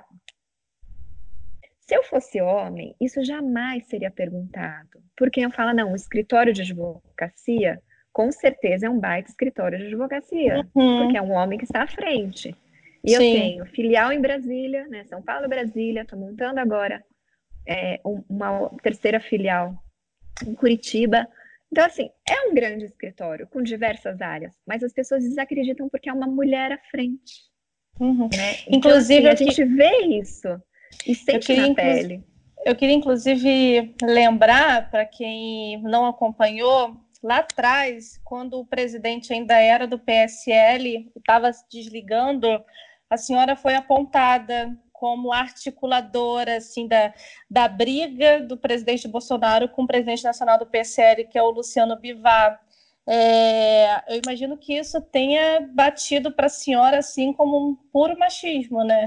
Se eu fosse homem, isso jamais seria perguntado. Porque eu falo, não, o escritório de advocacia, com certeza é um baita escritório de advocacia, porque é Uhum. um homem que está à frente. E eu Sim. tenho filial em Brasília, né, São Paulo e Brasília, estou montando agora é, uma terceira filial em Curitiba. Então, assim, é um grande escritório com diversas áreas, mas as pessoas desacreditam porque é uma mulher à frente. Uhum. Né? Então, Inclusive, assim, a eu gente que... vê isso e sente eu queria, na inclu... pele. eu queria, inclusive, lembrar, para quem não acompanhou, lá atrás, quando o presidente ainda era do P S L, estava se desligando, a senhora foi apontada como articuladora assim, da, da briga do presidente Bolsonaro com o presidente nacional do P S L, que é o Luciano Bivar. É, eu imagino que isso tenha batido para a senhora assim como um puro machismo, né?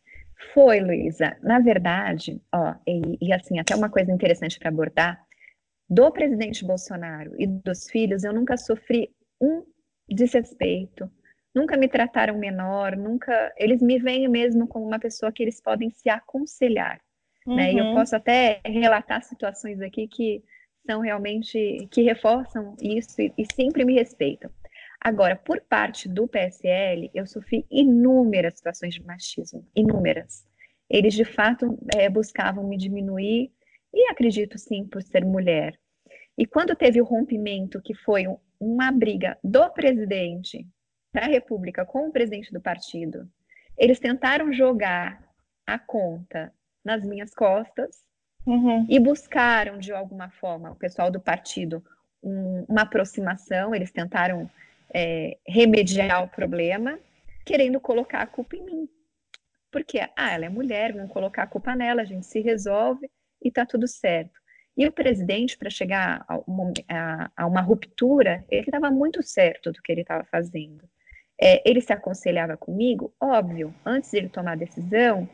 Foi, Luísa. Na verdade, ó, e, e assim, até uma coisa interessante para abordar, do presidente Bolsonaro e dos filhos, eu nunca sofri um desrespeito, nunca me trataram menor, nunca. Eles me veem mesmo como uma pessoa que eles podem se aconselhar, Uhum. né? E eu posso até relatar situações aqui que são realmente, que reforçam isso e, e sempre me respeitam. Agora, por parte do P S L, eu sofri inúmeras situações de machismo, inúmeras. Eles, de fato, é, buscavam me diminuir, e acredito sim, por ser mulher. E quando teve o rompimento, que foi um, uma briga do presidente da República com o presidente do partido, eles tentaram jogar a conta nas minhas costas Uhum. e buscaram, de alguma forma, o pessoal do partido, um, uma aproximação, eles tentaram é, remediar o problema, querendo colocar a culpa em mim. Porque, ah, ela é mulher, vamos colocar a culpa nela, a gente se resolve e tá tudo certo. E o presidente, para chegar a uma, a, a uma ruptura, ele estava muito certo do que ele estava fazendo. É, ele se aconselhava comigo, óbvio, antes de ele tomar a decisão,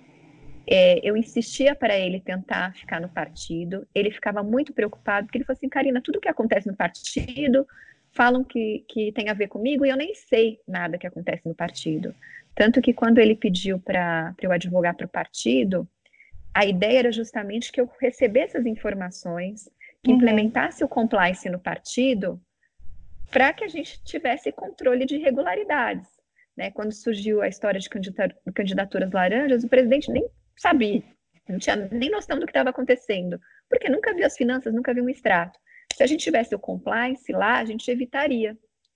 é, eu insistia para ele tentar ficar no partido, ele ficava muito preocupado, porque ele falou assim, Karina, tudo que acontece no partido, falam que, que tem a ver comigo, e eu nem sei nada que acontece no partido. Tanto que quando ele pediu para eu advogar para o partido, a ideia era justamente que eu recebesse as informações, que Uhum. implementasse o compliance no partido, para que a gente tivesse controle de irregularidades. Né? Quando surgiu a história de candidaturas laranjas, o presidente nem sabia, não tinha nem noção do que estava acontecendo, porque nunca viu as finanças, nunca viu um extrato. Se a gente tivesse o compliance lá, a gente evitaria.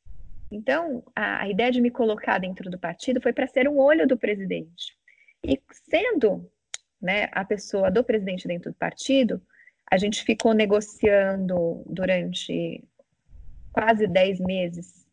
Então, a, a ideia de me colocar dentro do partido foi para ser um olho do presidente. E sendo, né, a pessoa do presidente dentro do partido, a gente ficou negociando durante quase dez meses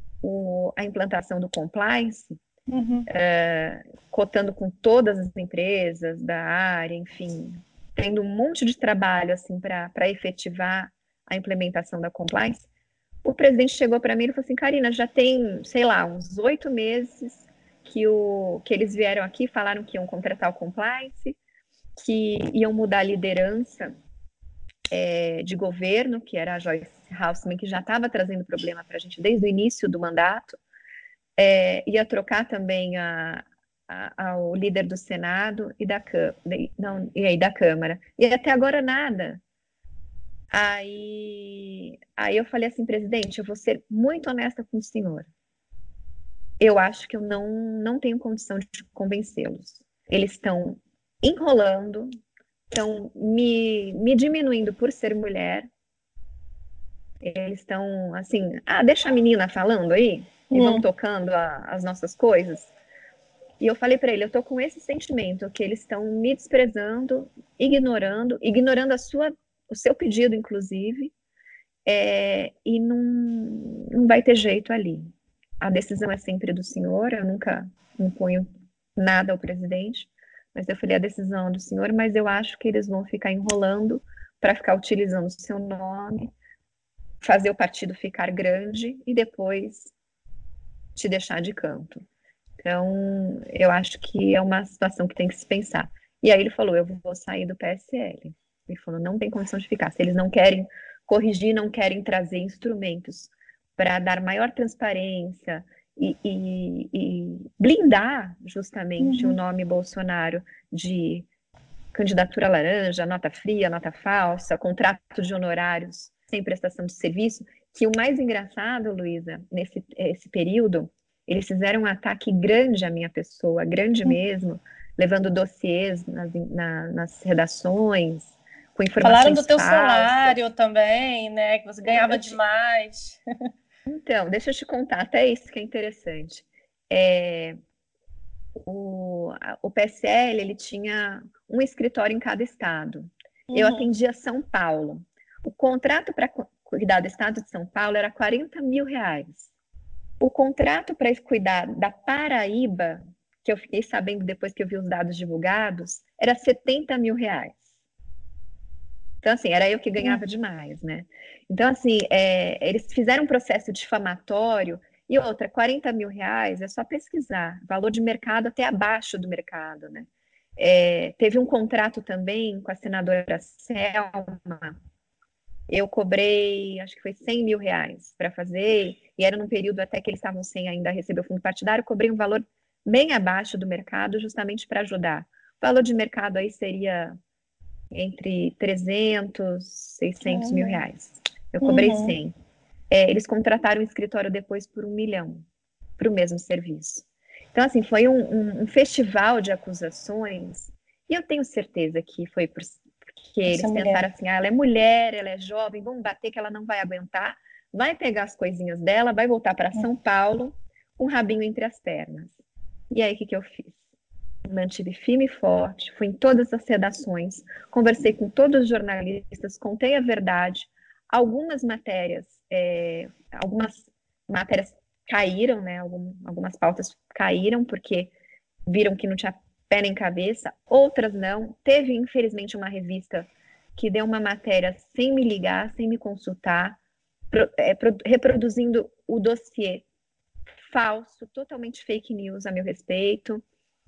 o, a implantação do compliance, Uhum. é, cotando com todas as empresas da área, enfim, tendo um monte de trabalho assim para para efetivar a implementação da compliance, o presidente chegou para mim e falou assim, Karina, já tem, sei lá, uns oito meses que, o, que eles vieram aqui, falaram que iam contratar o compliance, que iam mudar a liderança é, de governo, que era a Joyce Haussmann, que já estava trazendo problema para a gente desde o início do mandato, é, ia trocar também a, a, ao líder do Senado e da, não, e aí da Câmara. E até agora nada. Aí, aí eu falei assim, presidente, eu vou ser muito honesta com o senhor. Eu acho que eu não, não tenho condição de convencê-los. Eles estão enrolando, estão me, me diminuindo por ser mulher. Eles estão assim, ah, deixa a menina falando aí, e Hum. vão tocando a, as nossas coisas. E eu falei para ele, eu tô com esse sentimento, que eles estão me desprezando, ignorando, ignorando a sua, o seu pedido, inclusive, é, e não, não vai ter jeito ali. A decisão é sempre do senhor, eu nunca imponho nada ao presidente, mas eu falei, a decisão é do senhor, mas eu acho que eles vão ficar enrolando para ficar utilizando o seu nome, fazer o partido ficar grande e depois te deixar de canto. Então, eu acho que é uma situação que tem que se pensar. E aí ele falou, eu vou sair do P S L. Ele falou, não tem condição de ficar. Se eles não querem corrigir, não querem trazer instrumentos para dar maior transparência e, e, e blindar justamente uhum. o nome Bolsonaro de candidatura laranja, nota fria, nota falsa, contrato de honorários sem prestação de serviço, que o mais engraçado, Luísa, nesse esse período, eles fizeram um ataque grande à minha pessoa, grande mesmo, levando dossiês nas, na, nas redações, com informações Falaram do teu falsas. salário também, né? Que você ganhava te... demais. Então, deixa eu te contar, até isso que é interessante. É, o, o P S L, ele tinha um escritório em cada estado. Uhum. Eu atendia São Paulo. O contrato para cuidar do estado de São Paulo era quarenta mil reais. O contrato para cuidar da Paraíba, que eu fiquei sabendo depois que eu vi os dados divulgados, era setenta mil reais. Então, assim, era eu que ganhava demais, né? Então, assim, é, eles fizeram um processo difamatório e outra, quarenta mil reais é só pesquisar, valor de mercado até abaixo do mercado, né? É, teve um contrato também com a senadora Selma. Eu cobrei, acho que foi cem mil reais para fazer, e era num período até que eles estavam sem ainda receber o fundo partidário, eu cobrei um valor bem abaixo do mercado, justamente para ajudar. O valor de mercado aí seria entre trezentos, seiscentos mil reais. Eu cobrei uhum. cem. É, eles contrataram o escritório depois por um milhão, para o mesmo serviço. Então, assim, foi um, um, um festival de acusações, e eu tenho certeza que foi por... que eles Essa pensaram mulher. assim, ah, ela é mulher, ela é jovem, vamos bater que ela não vai aguentar, vai pegar as coisinhas dela, vai voltar para São Paulo, com um rabinho entre as pernas. E aí, o que, que eu fiz? Mantive firme e forte, fui em todas as redações, conversei com todos os jornalistas, contei a verdade. Algumas matérias, é, algumas matérias caíram, né? Algum, algumas pautas caíram, porque viram que não tinha pé nem cabeça, outras não. Teve, infelizmente, uma revista que deu uma matéria sem me ligar, sem me consultar, pro, é, pro, reproduzindo o dossiê falso, totalmente fake news a meu respeito.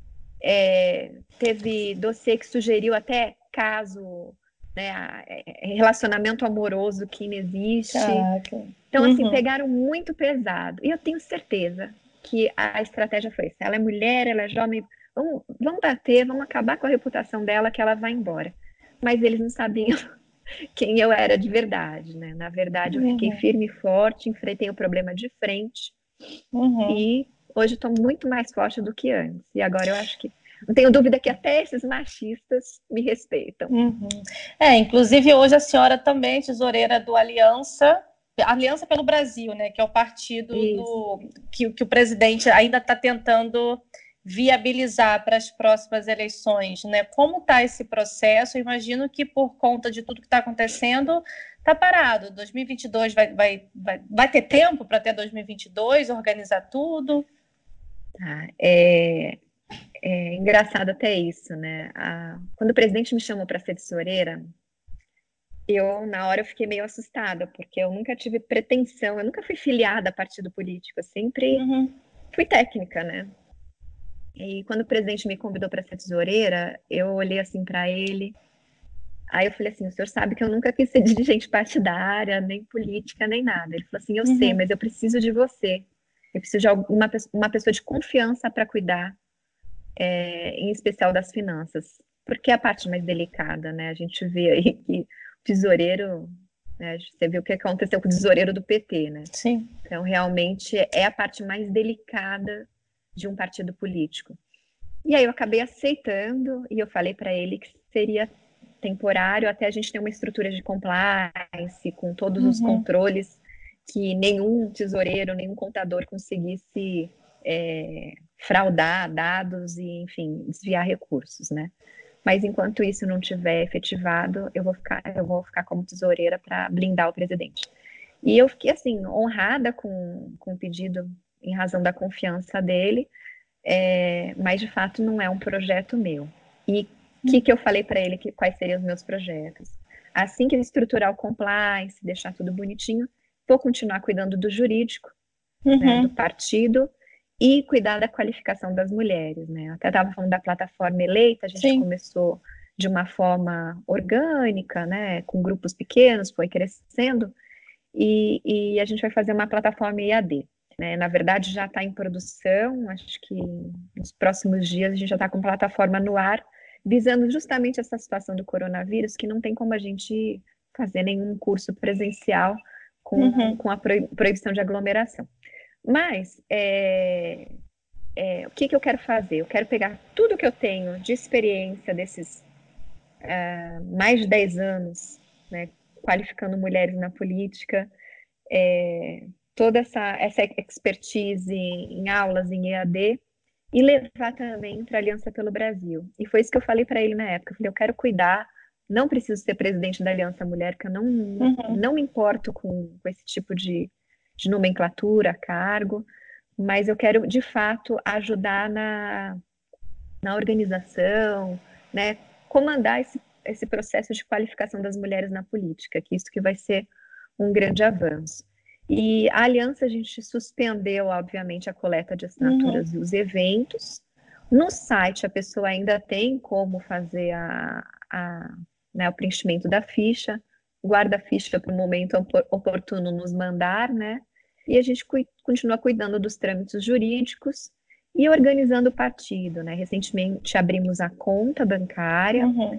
É, teve dossiê que sugeriu até caso, né, relacionamento amoroso que inexiste. Caraca. Então, assim, uhum. pegaram muito pesado. E eu tenho certeza que a estratégia foi essa. Ela é mulher, ela é jovem, vamos, vamos bater, vamos acabar com a reputação dela, que ela vai embora. Mas eles não sabiam quem eu era de verdade, né? Na verdade, eu fiquei uhum. firme e forte, enfrentei o problema de frente. Uhum. E hoje estou muito mais forte do que antes. E agora eu acho que, não tenho dúvida que até esses machistas me respeitam. Uhum. É, inclusive hoje a senhora também é tesoureira do Aliança, Aliança pelo Brasil, né? Que é o partido do, que, que o presidente ainda está tentando viabilizar para as próximas eleições, né? Como está esse processo? Eu imagino que por conta de tudo que está acontecendo, está parado. dois mil e vinte e dois vai, vai, vai, vai ter tempo para até dois mil e vinte e dois organizar tudo? Ah, é, É engraçado até isso, né? A- quando o presidente me chamou para ser tesoureira, eu, na hora, eu fiquei meio assustada, porque eu nunca tive pretensão, eu nunca fui filiada a partido político, eu sempre Uhum. fui técnica, né? E quando o presidente me convidou para ser tesoureira, eu olhei assim para ele, aí eu falei assim: o senhor sabe que eu nunca quis ser dirigente partidária, nem política, nem nada. Ele falou assim: eu sei, Uhum. mas eu preciso de você. Eu preciso de alguma, pe- uma pessoa de confiança para cuidar, é, em especial das finanças, porque é a parte mais delicada, né? A gente vê aí que o tesoureiro, né, você viu o que aconteceu com o tesoureiro do P T, né? Sim. Então, realmente, é a parte mais delicada de um partido político. E aí eu acabei aceitando e eu falei para ele que seria temporário até a gente ter uma estrutura de compliance com todos os Uhum. controles que nenhum tesoureiro, nenhum contador conseguisse é, fraudar dados e, enfim, desviar recursos, né? Mas enquanto isso não tiver efetivado, eu vou ficar, eu vou ficar como tesoureira para blindar o presidente. E eu fiquei, assim, honrada com, com o pedido em razão da confiança dele, é, mas de fato não é um projeto meu. E o que, que eu falei para ele, que, quais seriam os meus projetos? Assim que eu estruturar o compliance, deixar tudo bonitinho, vou continuar cuidando do jurídico, né, do Uhum. partido, e cuidar da qualificação das mulheres, né? Eu até estava falando da plataforma eleita, a gente Sim. começou de uma forma orgânica, né, com grupos pequenos, foi crescendo, e, e a gente vai fazer uma plataforma E A D. Né? Na verdade, já está em produção, acho que nos próximos dias a gente já está com plataforma no ar, visando justamente essa situação do coronavírus, que não tem como a gente fazer nenhum curso presencial com, Uhum. com a proibição de aglomeração. Mas, é, é, o que, que eu quero fazer? Eu quero pegar tudo que eu tenho de experiência desses é, mais de dez anos, né, qualificando mulheres na política, é, toda essa, essa expertise em aulas em E A D e levar também para a Aliança pelo Brasil. E foi isso que eu falei para ele na época. Eu falei: eu quero cuidar, não preciso ser presidente da Aliança Mulher, que eu não, Uhum. não me importo com, com esse tipo de, de nomenclatura, cargo, mas eu quero, de fato, ajudar na, na organização, né, comandar esse, esse processo de qualificação das mulheres na política, que isso que vai ser um grande avanço. E a aliança, a gente suspendeu, obviamente, a coleta de assinaturas Uhum. e os eventos. No site, a pessoa ainda tem como fazer a, a, né, o preenchimento da ficha, guarda a ficha para o momento oportuno nos mandar, né? E a gente cu continua cuidando dos trâmites jurídicos e organizando o partido, né? Recentemente abrimos a conta bancária, Uhum.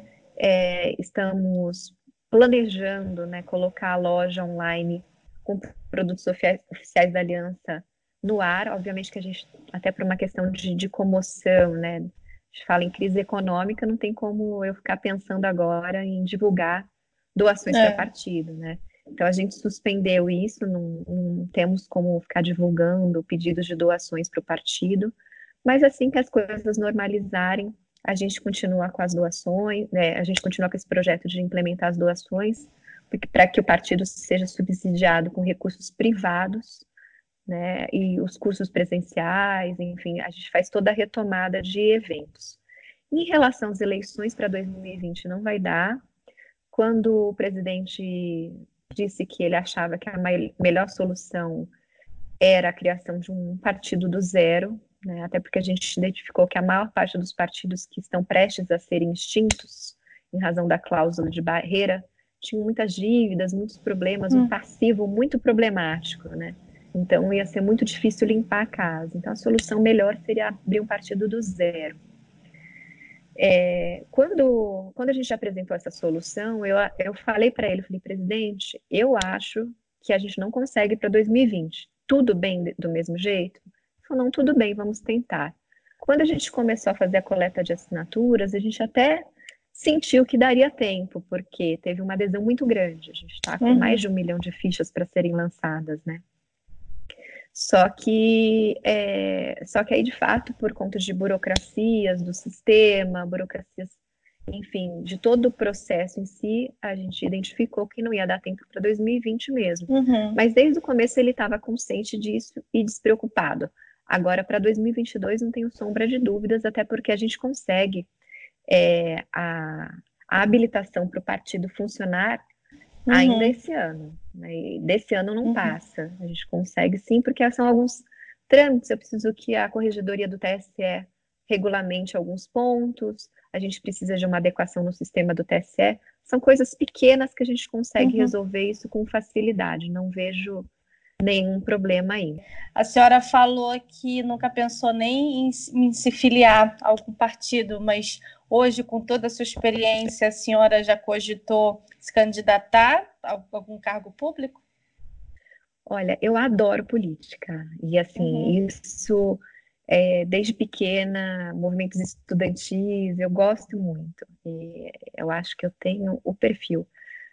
é, estamos planejando, né, colocar a loja online com produtos oficiais da Aliança no ar. Obviamente que a gente, até por uma questão de, de comoção, né, a gente fala em crise econômica, não tem como eu ficar pensando agora em divulgar doações para É. partido, né? Então a gente suspendeu isso, não, não temos como ficar divulgando pedidos de doações para o partido, mas assim que as coisas normalizarem, a gente continua com as doações, né, a gente continua com esse projeto de implementar as doações, para que o partido seja subsidiado com recursos privados, né, e os cursos presenciais, enfim, a gente faz toda a retomada de eventos. Em relação às eleições para dois mil e vinte, não vai dar. Quando o presidente disse que ele achava que a melhor solução era a criação de um partido do zero, né, até porque a gente identificou que a maior parte dos partidos que estão prestes a serem extintos, em razão da cláusula de barreira, tinham muitas dívidas, muitos problemas, um Hum. passivo muito problemático, né? Então ia ser muito difícil limpar a casa. Então a solução melhor seria abrir um partido do zero. É, quando, quando a gente apresentou essa solução, eu, eu falei para ele, falei: presidente, eu acho que a gente não consegue para dois mil e vinte. Tudo bem do mesmo jeito? Ele falou: não, tudo bem, vamos tentar. Quando a gente começou a fazer a coleta de assinaturas, a gente até sentiu que daria tempo, porque teve uma adesão muito grande. A gente está com Uhum. mais de um milhão de fichas para serem lançadas, né? Só que, é, só que aí, de fato, por conta de burocracias do sistema, burocracias, enfim, de todo o processo em si, a gente identificou que não ia dar tempo para dois mil e vinte mesmo. Uhum. Mas desde o começo ele estava consciente disso e despreocupado. Agora, para dois mil e vinte e dois, não tenho sombra de dúvidas, até porque a gente consegue é, a, a habilitação para o partido funcionar ainda Uhum, esse ano, né? E desse ano não uhum, passa. A gente consegue sim, porque são alguns trâmites. Eu preciso que a Corregedoria do T S E regulamente alguns pontos, a gente precisa de uma adequação no sistema do T S E. São coisas pequenas que a gente consegue uhum. resolver isso com facilidade. Não vejo nenhum problema aí. A senhora falou que nunca pensou nem em, em se filiar a algum partido, mas hoje, com toda a sua experiência, a senhora já cogitou se candidatar a algum cargo público? Olha, eu adoro política e Uhum, assim, isso é, desde pequena, movimentos estudantis, eu gosto muito. E eu acho que eu tenho o perfil,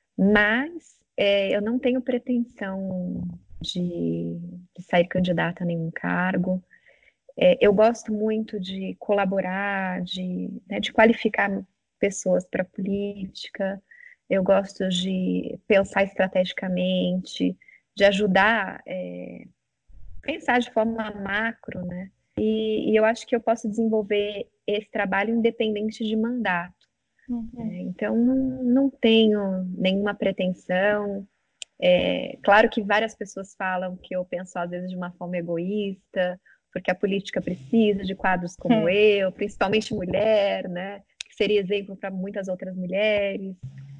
mas é, eu não tenho pretensão de, de sair candidata a nenhum cargo. É, eu gosto muito de colaborar, de, né, de qualificar pessoas para a política. Eu gosto de pensar estrategicamente, de ajudar, é, pensar de forma macro, né? E, e eu acho que eu posso desenvolver esse trabalho independente de mandato. uhum, Né? Então, não, não tenho nenhuma pretensão. É, claro que várias pessoas falam que eu penso, às vezes, de uma forma egoísta, porque a política precisa de quadros como uhum, eu, principalmente mulher, né? Que seria exemplo para muitas outras mulheres.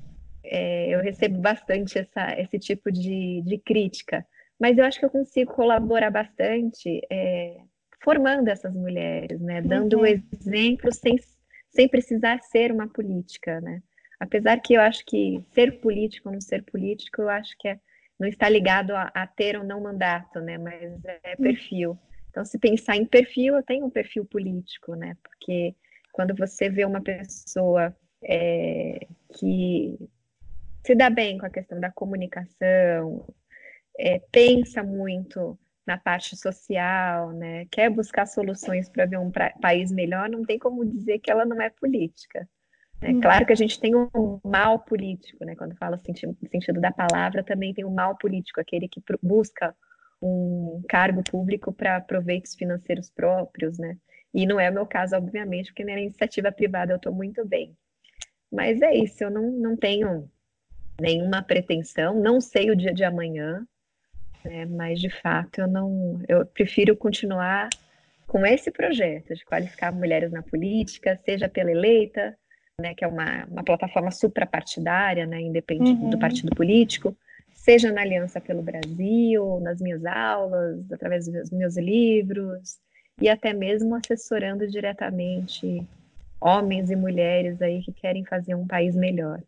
É, eu recebo bastante essa, esse tipo de, de crítica, mas eu acho que eu consigo colaborar bastante é, formando essas mulheres, né? Dando o uhum, exemplo sem, sem precisar ser uma política, né? Apesar que eu acho que ser político ou não ser político, eu acho que é, não está ligado a, a ter ou não mandato, né? Mas é perfil. Então, se pensar em perfil, eu tenho um perfil político, né? Porque quando você vê uma pessoa é, que se dá bem com a questão da comunicação, é, pensa muito na parte social, né? Quer buscar soluções para ver um pra, país melhor, não tem como dizer que ela não é política. É claro que a gente tem um mal político, né? Quando fala sentido, sentido da palavra, também tem um mal político, aquele que busca um cargo público para proveitos financeiros próprios, né? E não é o meu caso, obviamente, porque na iniciativa privada eu estou muito bem. Mas é isso, eu não, não tenho nenhuma pretensão, não sei o dia de amanhã, né, mas de fato eu não, eu prefiro continuar com esse projeto de qualificar mulheres na política, seja pela eleita, né, que é uma, uma plataforma suprapartidária, né, independente do uhum. partido político, seja na Aliança pelo Brasil, nas minhas aulas, através dos meus livros, e até mesmo assessorando diretamente homens e mulheres aí que querem fazer um país melhor.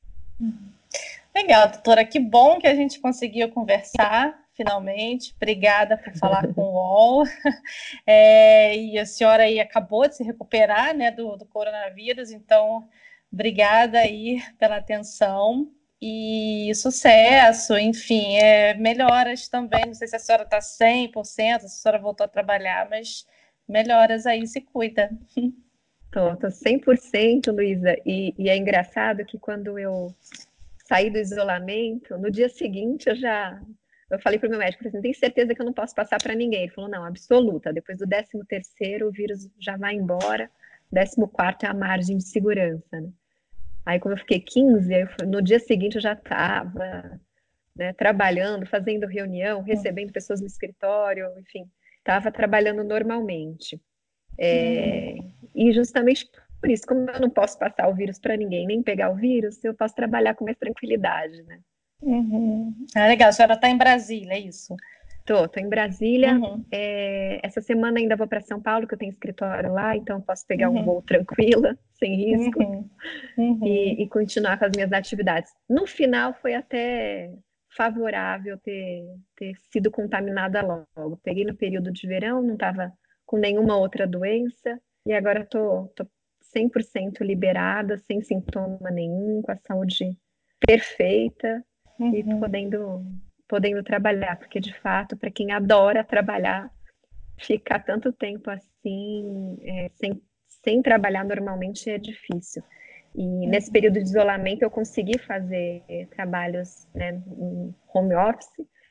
Legal, doutora, que bom que a gente conseguiu conversar, finalmente. Obrigada por falar com o U O L. É, e a senhora aí acabou de se recuperar, né, do, do coronavírus, então, obrigada aí pela atenção e sucesso, enfim, é, melhoras também. Não sei se a senhora está cem por cento, se a senhora voltou a trabalhar, mas melhoras aí, se cuida. Tô, tô cem por cento, Luísa, e, e é engraçado que quando eu saí do isolamento, no dia seguinte eu já, eu falei para o meu médico, falei assim, tem certeza que eu não posso passar para ninguém? Ele falou, não, absoluta, depois do décimo terceiro o vírus já vai embora, décimo quarto é a margem de segurança, né? Aí como eu fiquei quinze, aí eu, no dia seguinte eu já estava, né, trabalhando, fazendo reunião, recebendo pessoas no escritório, enfim, estava trabalhando normalmente. É, e justamente por isso, como eu não posso passar o vírus para ninguém, nem pegar o vírus, eu posso trabalhar com mais tranquilidade, né? Uhum. Ah, legal, a senhora está em Brasília, é isso? Tô, tô em Brasília. Uhum. É, essa semana ainda vou para São Paulo, que eu tenho escritório lá, então posso pegar um Uhum. voo tranquila, sem risco, Uhum. Uhum. e, e continuar com as minhas atividades. No final, foi até favorável ter, ter sido contaminada logo. Peguei no período de verão, não estava com nenhuma outra doença, e agora tô, tô cem por cento liberada, sem sintoma nenhum, com a saúde perfeita e Uhum. podendo, podendo trabalhar, porque de fato, para quem adora trabalhar, ficar tanto tempo assim, é, sem, sem trabalhar normalmente é difícil. E nesse período de isolamento eu consegui fazer trabalhos, né, em home office,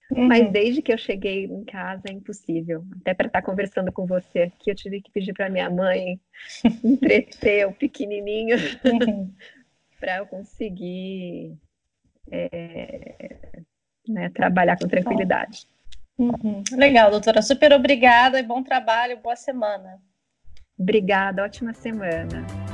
Uhum. Mas desde que eu cheguei em casa é impossível. Até para estar conversando com você aqui, eu tive que pedir para minha mãe entreter o pequenininho uhum. para eu conseguir é, né, trabalhar com tranquilidade. Uhum. Legal, doutora. Super obrigada e bom trabalho, boa semana. Obrigada, ótima semana.